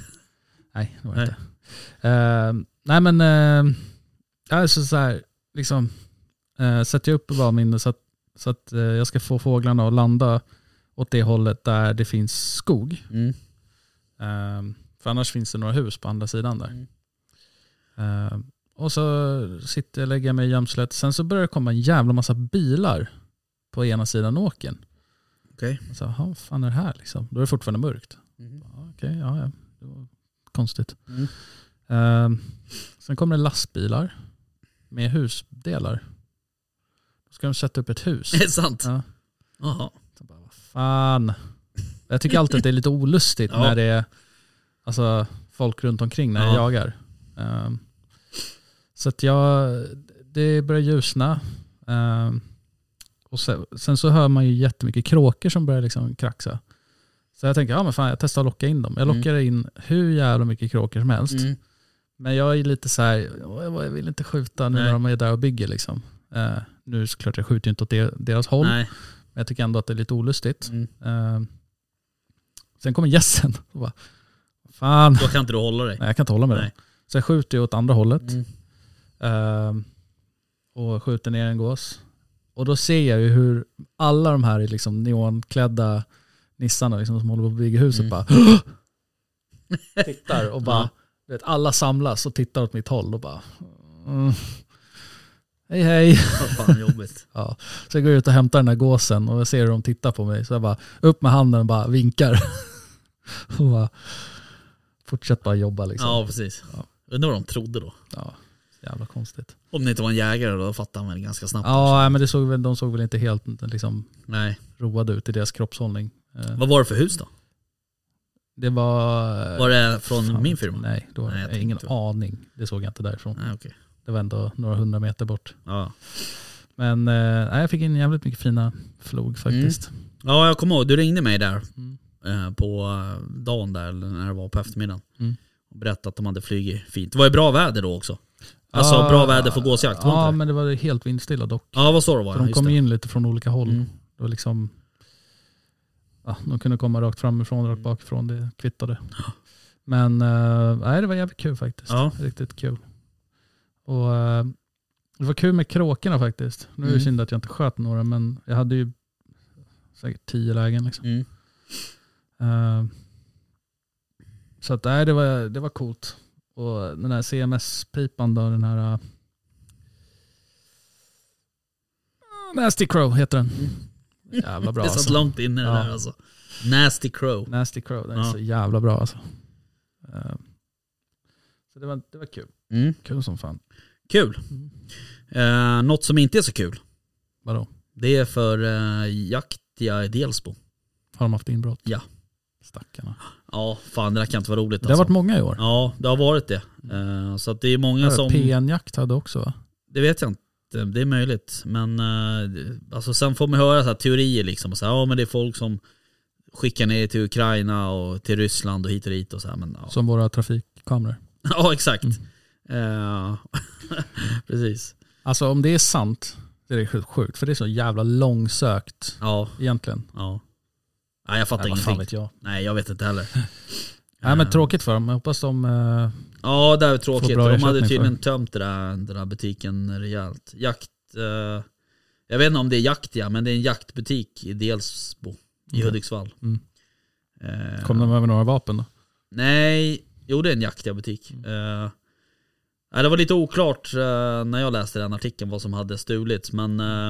Nej, det var det inte. Uh, nej men, uh, alltså så här, liksom, uh, sätter jag upp bara min så att, så att uh, jag ska få fåglarna att landa åt det hållet där det finns skog. Mm. Uh, för annars finns det några hus på andra sidan där. Mm. Uh, och så sitter jag, lägger jag mig i gömslet. Sen så börjar det komma en jävla massa bilar på ena sidan åken. Okej. Okay. Så, jaha, vad fan är det här liksom? Då är det fortfarande mörkt. Mm. Okej, okay, ja, ja. Det var konstigt. Mm. Uh, sen kommer det lastbilar med husdelar. Då ska de sätta upp ett hus. Är det sant? Ja. Jaha. Så bara, vad fan. Jag tycker alltid att det är lite olustigt ja. när det är alltså, folk runt omkring när ja. jag jagar. Um, så att jag, det börjar ljusna. Um, och sen, sen så hör man ju jättemycket kråkor som börjar liksom kraxa. Så jag tänker, ja men fan jag testar att locka in dem. Jag lockar mm. in hur jävla mycket kråkor som helst. Mm. Men jag är lite så här, jag vill inte skjuta nu Nej. när de är där och bygger liksom. Uh, nu såklart jag skjuter inte åt deras håll. Nej. Men jag tycker ändå att det är lite olustigt. Mm. Uh, sen kommer gässen. Och bara, fan. Då kan inte du hålla dig. Nej, jag kan inte hålla med det. Så jag skjuter åt andra hållet. Mm. Uh, och skjuter ner en gås. Och då ser jag ju hur alla de här liksom neonklädda nissarna liksom, som håller på att bygga huset mm. bara tittar och bara Du vet, alla samlas och tittar åt mitt håll och bara... Mm. Hej hej. Vad fan jobbigt. Ja. Så jag går ut och hämtar den här gåsen och jag ser hur de tittar på mig. Så jag bara upp med handen och bara vinkar. Och bara fortsätter bara jobba liksom. Ja, precis. Ja. Undrar vad de trodde då. Ja, jävla konstigt. Om det inte var en jägare då fattar man väl ganska snabbt. Ja, men det såg väl, de såg väl inte helt liksom Nej. roade ut i deras kroppshållning. Vad var det för hus då? Det var... Var det från fan, min firma? Nej, då Nej, jag jag ingen tänkte. aning. Det såg jag inte därifrån. Nej, okej. Det var ändå några hundra meter bort. Ja. Men eh, nej, jag fick in jävligt mycket fina flog faktiskt. Mm. Ja, jag kommer ihåg. Du ringde mig där Mm. eh, på eh, dagen där, eller när det var på eftermiddagen. Mm. Och berättade att de hade flugit fint. Det var ju bra väder då också. Alltså ah, bra väder för gåsjakt. Ja, ja, men det var helt vindstilla dock. Ja, vad så det var. Så de just kom det. in lite från olika håll. Mm. Det var liksom... Ja, de kunde komma rakt framifrån, rakt bakifrån. Det kvittade. Men eh, nej, det var jävligt kul faktiskt. Ja. Riktigt kul. Och eh, det var kul med kråkorna faktiskt. Nu är det Mm. synd att jag inte sköt några, men jag hade ju säkert tio lägen liksom. Mm. Uh, så att nej, det var, det var coolt. Och den här C M S-pipan då, den här uh, Nasty Crow heter den. Jävla bra Det satt alltså. långt inne det Ja. där alltså. Nasty Crow. Nasty Crow, den är Ja. så jävla bra alltså. Uh, så det var, det var kul. Mm. Kul som fan. Kul. Mm. Eh, något som inte är så kul. Vadå? Det är för eh, jaktiga i Delsbo. Har de haft inbrott? Ja. Stackarna. Ja, fan det där kan inte vara roligt Det har alltså. varit många i år. Ja, det har varit det. Eh, så att det är många som... P N-jakt hade också va? Det vet jag inte. Det är möjligt. Men eh, alltså sen får man höra så här teorier liksom. Och så här, ja men det är folk som skickar ner till Ukraina och till Ryssland och hit och dit och så här. Men, ja. Som våra trafikkameror. Ja, exakt. Mm. Eh, precis. Alltså om det är sant, det är det sjukt. För det är så jävla långsökt Ja, egentligen. ja. Nej, jag fattar Nej, vad fan ingenting. vet jag. Nej, jag vet inte heller. Nej men Eh, tråkigt för dem. Jag hoppas de... eh, Ja, det är tråkigt. Får bra De hade ersättning tydligen tömt det där, den där butiken rejält. Jakt... Eh, jag vet inte om det är jaktiga, men det är en jaktbutik i Delsbo. I Okej. Hudiksvall. Mm. Eh, Kom de över några vapen då? Nej, jo det är en jaktiga butik. Eh, nej, det var lite oklart eh, när jag läste den artikeln vad som hade stulits. Men eh,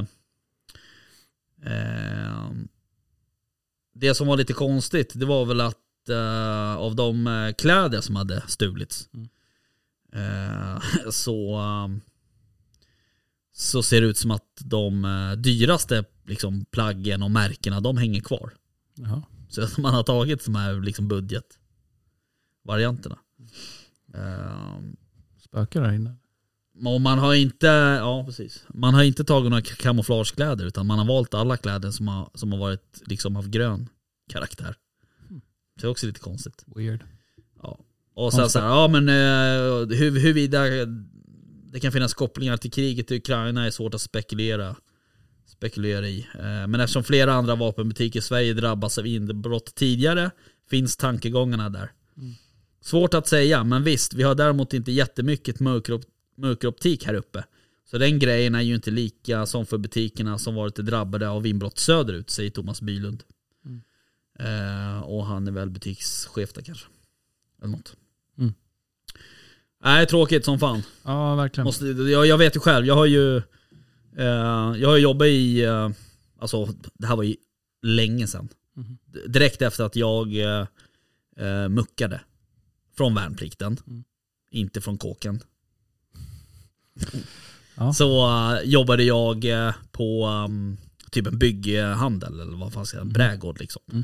eh, det som var lite konstigt, det var väl att eh, av de eh, kläder som hade stulits Mm. eh, så eh, så ser det ut som att de eh, dyraste liksom, plaggen och märkena, de hänger kvar. Jaha. Så att man har tagit de här liksom, budgetvarianterna. Eh, Spökar där inne. och man har inte, ja precis. Man har inte tagit några kamouflagekläder utan man har valt alla kläder som har, som har varit liksom av grön karaktär. Så det är också lite konstigt. Weird. Ja. Och sen så här, ja men eh, hur, huruvida det kan finnas kopplingar till kriget i Ukraina är svårt att spekulera spekulera i. Eh, men eftersom flera andra vapenbutiker i Sverige drabbas av inbrott tidigare finns tankegångarna där. Mm. Svårt att säga, men visst, vi har däremot inte jättemycket mörkerop- mörkeroptik här uppe. Så den grejen är ju inte lika som för butikerna som varit drabbade av inbrott söderut, säger Thomas Bylund. Mm. Eh, och han är väl butikschef där kanske. Eller något. Mm. Nej, tråkigt som fan. Ja, verkligen. Måste, jag, jag vet ju själv, jag har ju eh, jag har jobbat i eh, alltså det här var ju länge sedan. Mm. Direkt efter att jag eh, eh, muckade från värnplikten. Mm. Inte från kåken. Ja. Så uh, jobbade jag uh, på um, typ en bygghandel eller vad fan ska jag säga, en brädgård liksom. Mm.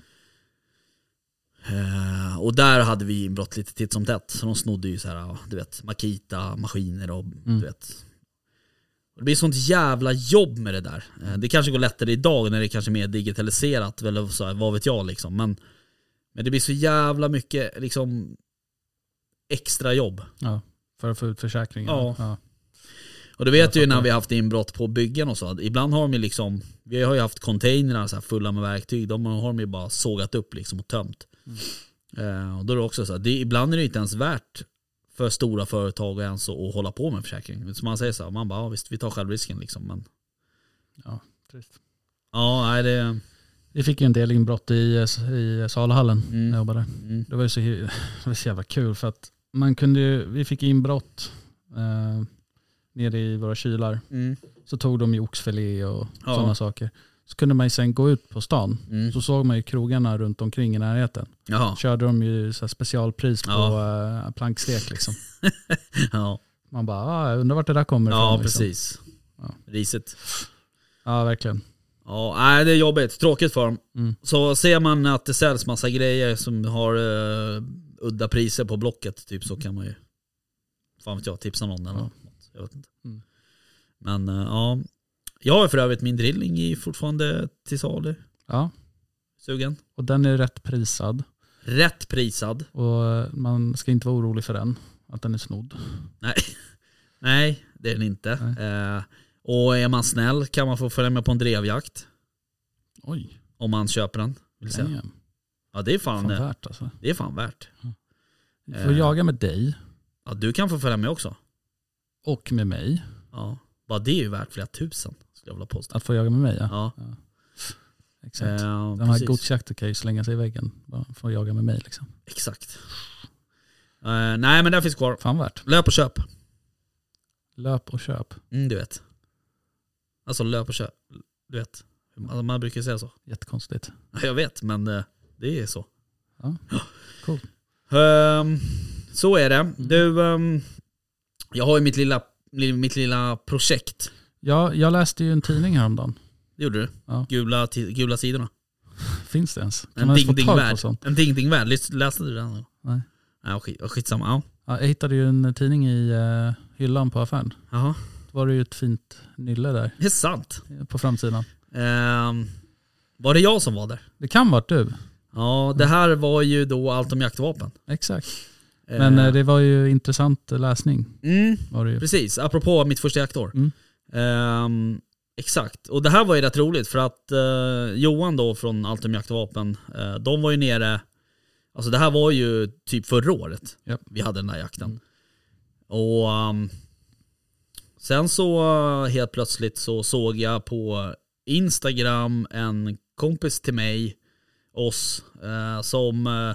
Uh, och där hade vi inbrott lite titt som tätt. Så de snodde ju så här, uh, du vet, Makita, maskiner och Mm. du vet. Och det blir sånt jävla jobb med det där. Uh, det kanske går lättare idag när det är kanske är mer digitaliserat eller så här, vad vet jag liksom. Men, men det blir så jävla mycket liksom extra jobb. Ja, för att få ut försäkringen. Ja. Ja. Och det vet Jag du ju när fattar. vi har haft inbrott på byggen och så. Ibland har de ju liksom, vi har ju haft containrar så här fulla med verktyg. De har de ju bara sågat upp liksom och tömt. Mm. Eh, och då är det också så här, det, ibland är det inte ens värt för stora företag ens att hålla på med försäkring. Så man säger så här, man bara, ja, visst vi tar självrisken liksom. Men Ja, trist. ja, nej det... Vi fick ju en del inbrott i, i Salahallen Mm. när jag jobbade. Mm. Det var ju så, det var så jävla kul för att man kunde ju, vi fick inbrott eh, nere i våra kylar. Mm. Så tog de ju oxfilé och Ja. sådana saker. Så kunde man ju sen gå ut på stan. Mm. Så såg man ju krogarna runt omkring i närheten. Jaha. Körde de ju så här specialpris på Ja. uh, plankstek liksom. Ja, Man bara, ah, jag undrar vart det där kommer ja ifrån. Liksom. precis. Ja. Risigt. Ja, verkligen. Ja, nej, det är jobbigt. Tråkigt för dem. Mm. Så ser man att det säljs massa grejer som har uh, udda priser på Blocket typ, så kan man ju, fan vet jag, tipsa någon eller Ja. något. Jag vet inte. Mm. Men uh, ja, jag har för övrigt min drilling i fortfarande till salu. Ja, Sugen. och den är rätt prisad. Rätt prisad. Och eh, man ska inte vara orolig för den. Att den är snodd. Nej, nej det är den inte. Uh, och är man snäll kan man få följa med på en drevjakt. Oj, Om man köper den. Vill säga. damn. Ja, det är fan, Fan eh, värt alltså. det är fan värt. Du får Eh. jaga med dig Ja, du kan få följa med också. och med mig. Ja, bara det är ju värt flera tusen, skulle jag vilja påstå. Att få jaga med mig, ja. Ja, Exakt. eh, De här precis. godsjakter kan ju slänga sig i väggen. Bara få jaga med mig liksom. Exakt. Eh, nej, men det finns kvar. Fan värt. Löp och köp. Löp och köp. Mm, du vet. Alltså löp och köp. Du vet. Alltså, man brukar säga så. Jättekonstigt. Jag vet, men eh, det är så. Ja, cool. Ehm, så är det. Du, ehm, jag har ju mitt lilla, mitt lilla projekt. Ja, jag läste ju en tidning häromdagen. Det gjorde du. Ja. Gula, ti- gula sidorna. Finns det ens? Kan En man ens få ding ding tag på värld. sånt? En ding ding värld. Lys- Läste du den? Nej. Ja, skit, skitsamma. Ja. Ja, jag hittade ju en tidning i uh, hyllan på affären. Jaha. Då var det ju ett fint nylle där Det är sant. eh, på framsidan. Ehm, var det jag som var där? Det kan vara du. Ja, det här var ju då allt om jaktvapen. Exakt. Men Ehm, eh, det var ju intressant läsning. mm, Var det ju. precis, apropå mitt första jaktår. Mm. Ehm, exakt, och det här var ju rätt roligt för att eh, Johan då från Allt om jaktvapen, eh, de var ju nere, alltså det här var ju typ förra året. Japp. Vi hade den här jakten. Och um, sen så uh, helt plötsligt så såg jag på Instagram en kompis till mig, oss, eh, som eh,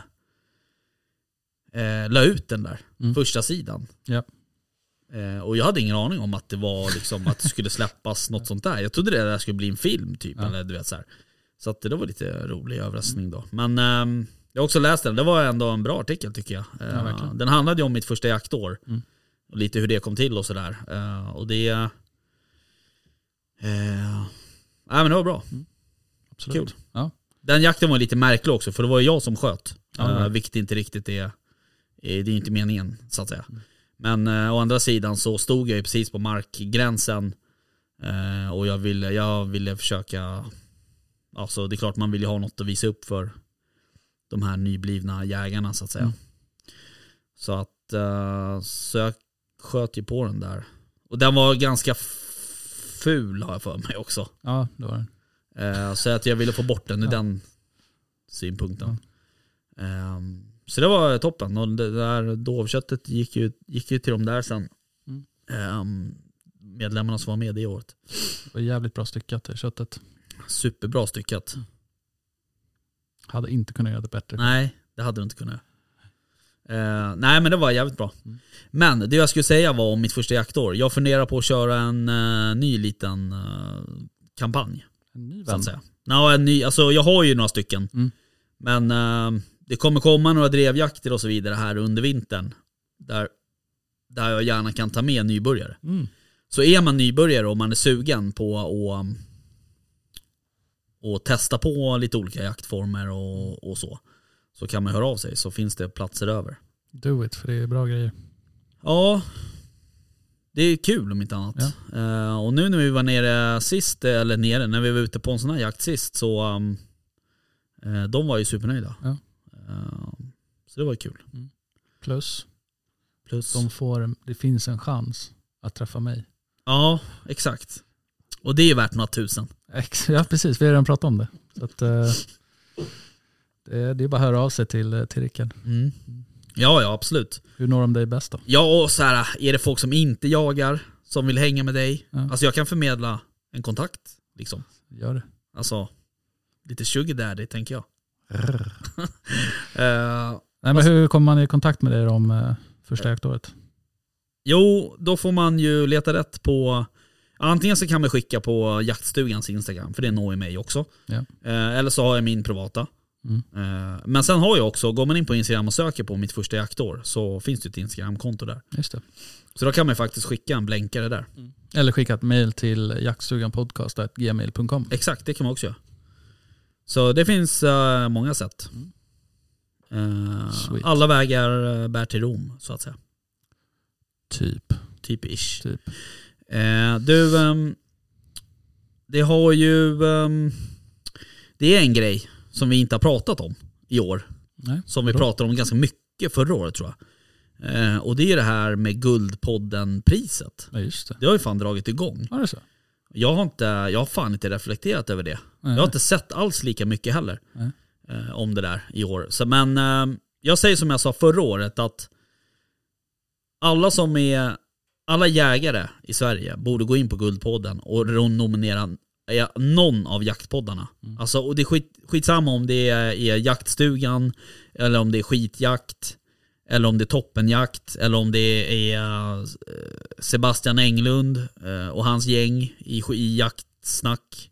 eh, la ut den där Mm. första sidan. Ja. Eh, och jag hade ingen aning om att det var liksom att det skulle släppas något sånt där. Jag trodde det där skulle bli en film typ, Ja. eller du vet så här. Så att det var lite rolig överraskning då. Men ehm, jag har också läst den. Det var ändå en bra artikel tycker jag. Eh, Ja, verkligen. den handlade ju om mitt första jaktår. Mm. Och lite hur det kom till och sådär. Eh, och det... Eh, nej men det var bra. Absolut. Kul. Ja. Den jakten var lite märklig också, för det var ju jag som sköt. Ja, eh, ja. vilket inte riktigt är, är, det är inte meningen så att säga. Men eh, å andra sidan så stod jag ju precis på markgränsen. Eh, och jag ville, jag ville försöka, alltså det är klart man vill ju ha något att visa upp för de här nyblivna jägarna så att säga. Mm. Så att eh, så jag sköt ju på den där. Och den var ganska f- ful har jag för mig också. Ja, det var den. Eh, så att jag ville få bort den ur Ja. den synpunkten. Ehm, så det var toppen. Och det där dovköttet gick ju, gick ju till de där sen. Mm. Ehm, medlemmarna som var med i året. Det var jävligt bra styckat det köttet. Superbra styckat. Hade inte kunnat göra det bättre. Nej, det hade du inte kunnat. Uh, nej men det var jävligt bra. Mm. Men det jag skulle säga var om mitt första jaktår. Jag funderar på att köra en uh, ny liten uh, kampanj. En ny Så vän. att säga. No, en ny, alltså jag har ju några stycken. Mm. Men uh, det kommer komma några drevjakter och så vidare här under vintern. Där, där jag gärna kan ta med nybörjare. Mm. Så är man nybörjare och man är sugen på att um, och testa på lite olika jaktformer och, och så. Så kan man höra av sig, så finns det platser över. Do it, för det är bra grejer. Ja, det är kul om inte annat. Ja. Uh, och nu när vi var nere sist, eller nere, när vi var ute på en sån här jakt sist, så um, uh, de var ju supernöjda. Ja. Uh, så det var kul. Plus, Plus, de får, det finns en chans att träffa mig. ja, exakt. Och det är värt några tusen. Ex- Ja, precis. Vi har redan pratat om det. Så att, eh, det, det är bara att höra av sig till, till Rickard. Mm. Ja, ja, absolut. Hur når de dig bäst då? Ja, och så här, är det folk som inte jagar, som vill hänga med dig? Ja. Alltså jag kan förmedla en kontakt, liksom. Gör det. Alltså, lite sugar daddy, tänker jag. uh, Nej, men hur kommer man i kontakt med dig om eh, första jaktåret? Jo, då får man ju leta rätt på... Antingen så kan man skicka på jaktstugans Instagram, för det når ju mig också. Ja. Eller så har jag min privata. Mm. Men sen har jag också, går man in på Instagram och söker på mitt första jaktår, så finns det ett Instagram-konto där. Just det. Så då kan man faktiskt skicka en blänkare där. Mm. Eller skicka ett mail till jaktstuganpodcast snabel-a gmail punkt com. Exakt, det kan man också göra. Så det finns uh, många sätt. Uh, alla vägar bär till Rom, så att säga. Typ. Typ-ish. Typ. Uh, du, um, det har ju... Um, det är en grej som vi inte har pratat om i år. Nej, som vi bra. pratade om ganska mycket förra året, tror jag. Uh, och det är det här med Guldpodden-priset. Ja, just det. Det har ju fan dragit igång. Ja, det är så. Jag har, inte, jag har fan inte reflekterat över det. Nej. Jag har inte sett alls lika mycket heller eh, om det där i år. Så, men eh, jag säger som jag sa förra året, att alla som är alla jägare i Sverige borde gå in på Guldpodden och nominera eh, någon av jaktpoddarna. Mm. Alltså, och det är skit, skitsamma om det är, är jaktstugan, eller om det är skitjakt, eller om det är toppenjakt, eller om det är Sebastian Englund och hans gäng i, i jaktsnack.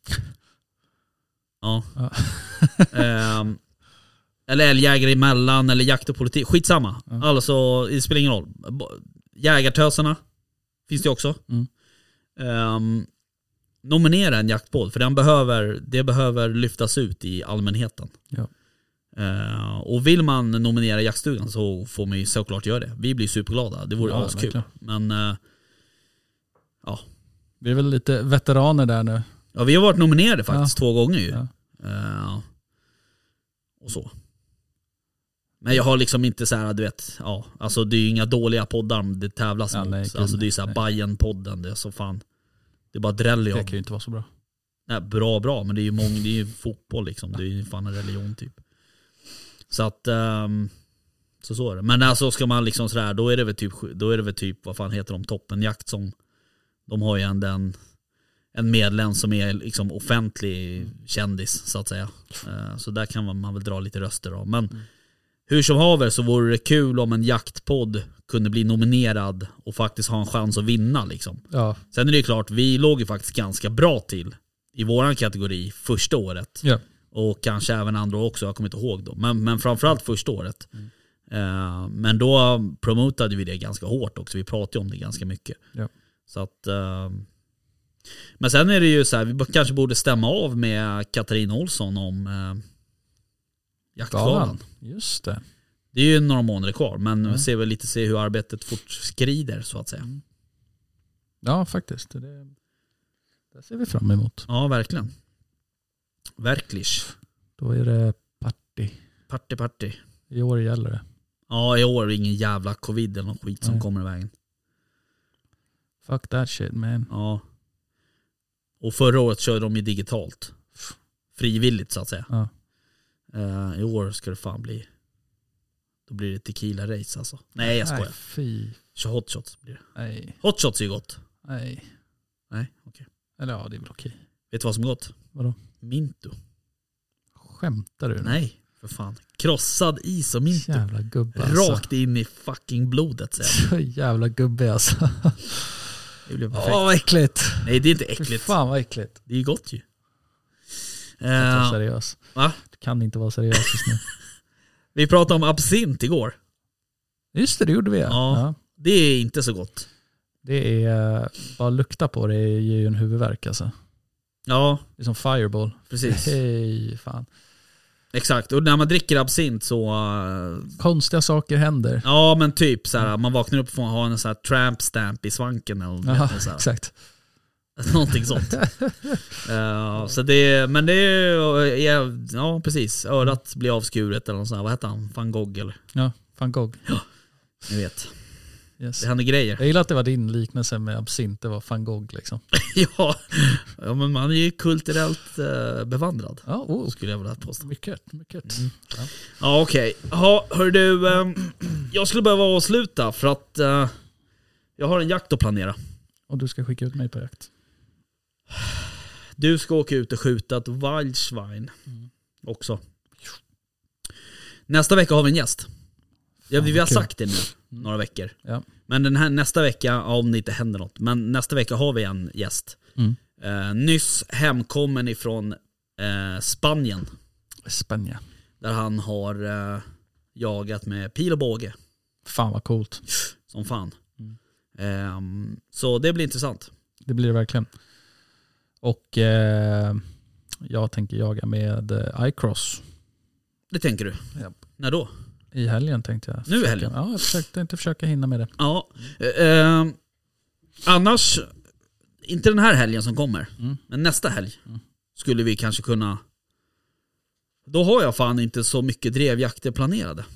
Ja. ja. um, eller älgjägare emellan, eller jakt och politik. Skitsamma. Ja. Alltså, det spelar ingen roll. Jägartösarna finns det också. Mm. Um, nominera en jaktpodd, för den behöver, det behöver lyftas ut i allmänheten. Ja. Uh, och vill man nominera jaktstugan, så får man ju såklart göra det. Vi blir superglada, det vore ja, askul. Verkligen. Men uh, ja. Vi är väl lite veteraner där nu. Ja, vi har varit nominerade faktiskt ja. två gånger ju. Ja. Uh, och så. Men jag har liksom inte så här, du vet, ja, alltså det är ju inga dåliga poddar det tävlas ja, mot. Nej, alltså det är ju så här Bayern-podden, det är så fan. Det är bara dräll jag. Det kan ju inte vara så bra. Nej, bra bra, men det är ju många, det är ju fotboll liksom, det är ju fan en religion typ. Så att um, så så är det. Men alltså ska man liksom sådär, då är det väl typ då är det väl typ vad fan heter de, Toppenjakt, som de har ju en den en medlem som är liksom offentlig kändis så att säga. Uh, så där kan man, man väl dra lite röster då. Men mm. hur som haver, så vore det kul om en jaktpodd kunde bli nominerad och faktiskt ha en chans att vinna liksom. Ja. Sen är det ju klart, vi låg ju faktiskt ganska bra till i våran kategori första året. Ja. Och kanske även andra också, jag kommer inte ihåg då. Men, men framförallt första året. Mm. Uh, men då promotade vi det ganska hårt också. Vi pratade om det ganska mycket. Ja. Så att, uh, men sen är det ju så här, vi kanske borde stämma av med Katarina Olsson om uh, jaktgalan. Just det. Det är ju några månader kvar, men mm. vi ser väl lite se hur arbetet fortskrider så att säga. Mm. Ja, faktiskt. Det, det ser vi fram emot. Ja, verkligen. Verkligen. Då är det party. Party, party. I år gäller det. Ja, i år är det ingen jävla covid eller någon skit som Nej. kommer i vägen. Fuck that shit, man. Ja. Och förra året körde de ju digitalt. Frivilligt så att säga. Ja. Uh, I år ska det fan bli. Då blir det tequila race alltså. Nej, jag skojar. Nej, fy. Så hot shots blir det. Nej. Hot shots är ju gott. Nej. Nej, okej. Okay. Eller ja, det är väl okej. Vet du vad som är gott? Vadå? Minto. Skämtar du nu? Nej, för fan. Krossad is och minto. Jävla gubbe alltså. Rakt in i fucking blodet. Så jävla gubbe alltså. Det blev perfekt. Åh, vad äckligt. Nej, det är inte äckligt. För fan vad äckligt. Det är gott ju. Du kan inte vara seriös. Va? Du kan inte vara seriös just nu. Vi pratade om absint igår. Just det, det gjorde vi. Ja, ja. Det är inte så gott. Det är, bara lukta på det ger ju en huvudvärk alltså. Ja. Det är som Fireball. Precis. Hej, fan. Exakt, och när man dricker absint så... konstiga saker händer. Ja, men typ så här, man vaknar upp och får ha en sån här tramp stamp i svanken eller Aha, så här. Exakt. Någonting sånt. uh, så det, men det är, ja precis, örat blir avskuret eller något sånt här. Vad heter han? Van Gogh eller? Ja, Van Gogh. Ja, ni vet. Yes. Det händer grejer. Jag gillar att det var din liknelse med absint, det var Van Gogh liksom. ja. ja, men man är ju kulturellt uh, bevandrad. Ja, oh. Skulle jag vilja påstå. Mycket, mycket. Mm. Ja, ja okej. Okay. Ja, hör du, um, jag skulle behöva avsluta för att uh, jag har en jakt att planera. Och du ska skicka ut mig på jakt. Du ska åka ut och skjuta ett Wildschwein mm. också. Nästa vecka har vi en gäst. Ja, vi har kul. sagt det nu. mm. några veckor. Ja. Men den här nästa vecka, om det inte händer något, men nästa vecka har vi en gäst. Mm. Eh, nyss hemkommen ifrån eh, Spanien. Spanien. Där han har eh, jagat med pil och båge. Fan vad coolt. Som fan. Mm. Eh, så det blir intressant. Det blir det verkligen. Och eh, jag tänker jaga med eh, iCross. Det tänker du? Ja. När då? I helgen tänkte jag. Nu i helgen? Ja, jag försökte inte försöka hinna med det. Ja. Eh, annars, inte den här helgen som kommer, mm. men nästa helg mm. skulle vi kanske kunna. Då har jag fan inte så mycket drevjakter planerade.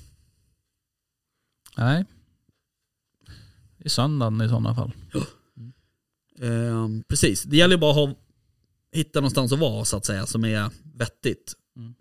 Nej. I söndagen i sådana fall. Ja. Eh, precis. Det gäller bara att ha, hitta någonstans att vara så att säga som är vettigt. Mm.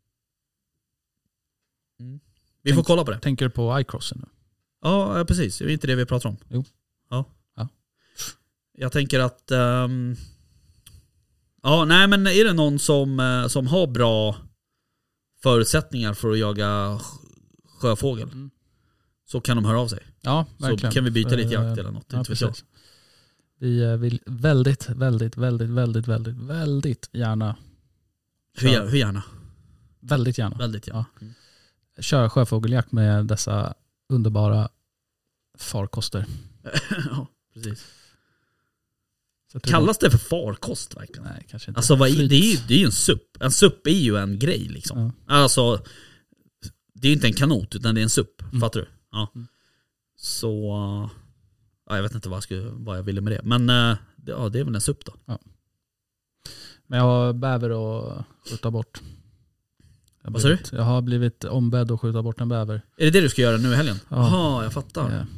Mm. Vi Tänk, får kolla på det. Tänker du på iCrossen nu? Ja, precis. Det är inte det vi pratar om. Jo. Ja. ja. Jag tänker att um, ja, nej men är det någon som, som har bra förutsättningar för att jaga sjöfågel mm. så kan de höra av sig. Ja, verkligen. Så kan vi byta lite jakt eller något. Ja, inte för vi vill väldigt, väldigt, väldigt, väldigt, väldigt, väldigt gärna hur, hur gärna? Väldigt gärna. Väldigt gärna. Ja. Mm. Köra sjöfågeljakt med dessa underbara farkoster. Ja, precis. Så kallas det för farkost verkligen? Nej, kanske inte. Alltså vad, det är ju det är ju en supp. En supp är ju en grej liksom. Ja. Alltså det är inte en kanot utan det är en supp, mm. fattar du? Ja. Mm. Så ja, jag vet inte vad jag, skulle, vad jag ville med det. Men ja, det är väl en supp då. Ja. Men jag har bäver att skjuta bort. Jag, vad sa du? Jag har blivit ombedd att skjuta bort en bäver. Är det det du ska göra nu i helgen? Ja. Jaha, jag fattar. Ja.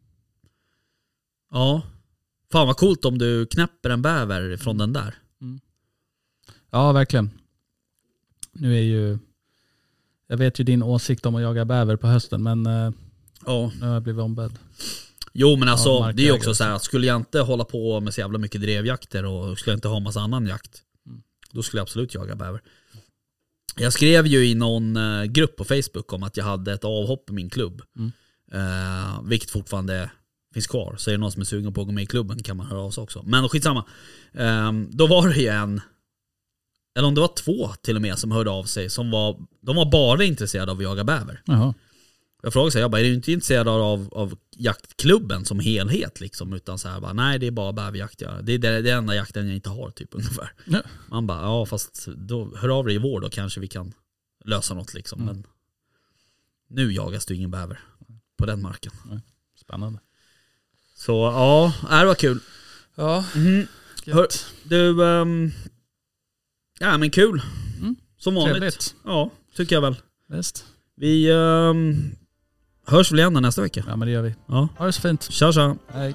Ja. Fan vad coolt om du knäpper en bäver från den där. Mm. Ja, verkligen. Nu är ju... Jag vet ju din åsikt om att jaga bäver på hösten, men ja. Nu har jag blivit ombedd. Jo, men alltså ja, det är ju också så här att skulle jag inte hålla på med så jävla mycket drevjakter och skulle jag inte ha massa annan jakt, mm. då skulle jag absolut jaga bäver. Jag skrev ju i någon uh, grupp på Facebook om att jag hade ett avhopp i min klubb. Mm. Uh, vilket fortfarande finns kvar. Så är det någon som är sugen på att gå med i klubben kan man höra av sig också. Men skitsamma. Um, då var det ju en, eller om det var två till och med som hörde av sig som var, de var bara intresserade av att jaga bäver. Jaha. Jag frågade sig, jag bara, är du inte intresserad av, av jaktklubben som helhet liksom, utan så här bara, nej det är bara bäverjakt jag. Det är det, det enda jakten jag inte har typ ungefär. Ja. Man bara, ja fast då hör av dig i vår då kanske vi kan lösa något liksom. Mm. Men nu jagas du ingen bäver på den marken. Spännande. Så ja, det var kul. Ja. Mm. Hör, du, um, ja men kul. Mm. Som vanligt. Trevligt. Ja, tycker jag väl. Visst. Vi um, hörs väl igen nästa vecka. Ja men det gör vi. Ja. Ha det så fint. Tja tja. Hej.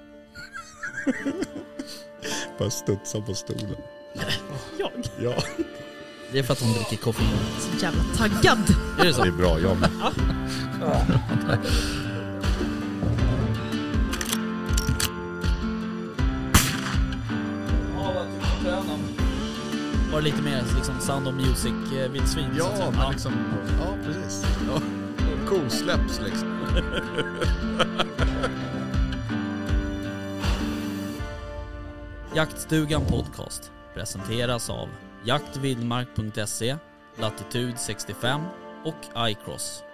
Bara studsa på stolen. Jag? Ja. Det är för att hon dricker koffein. Så jävla taggad. Är det så? Det är bra, jag med. Ja. Var det lite mer liksom Sound of Music eh, vildsvin? Ja, men ja. Liksom, ja precis. Ja. Cool släpps liksom. Jaktstugan podcast presenteras av jaktvildmark punkt se, Latitude sextiofem och iCross.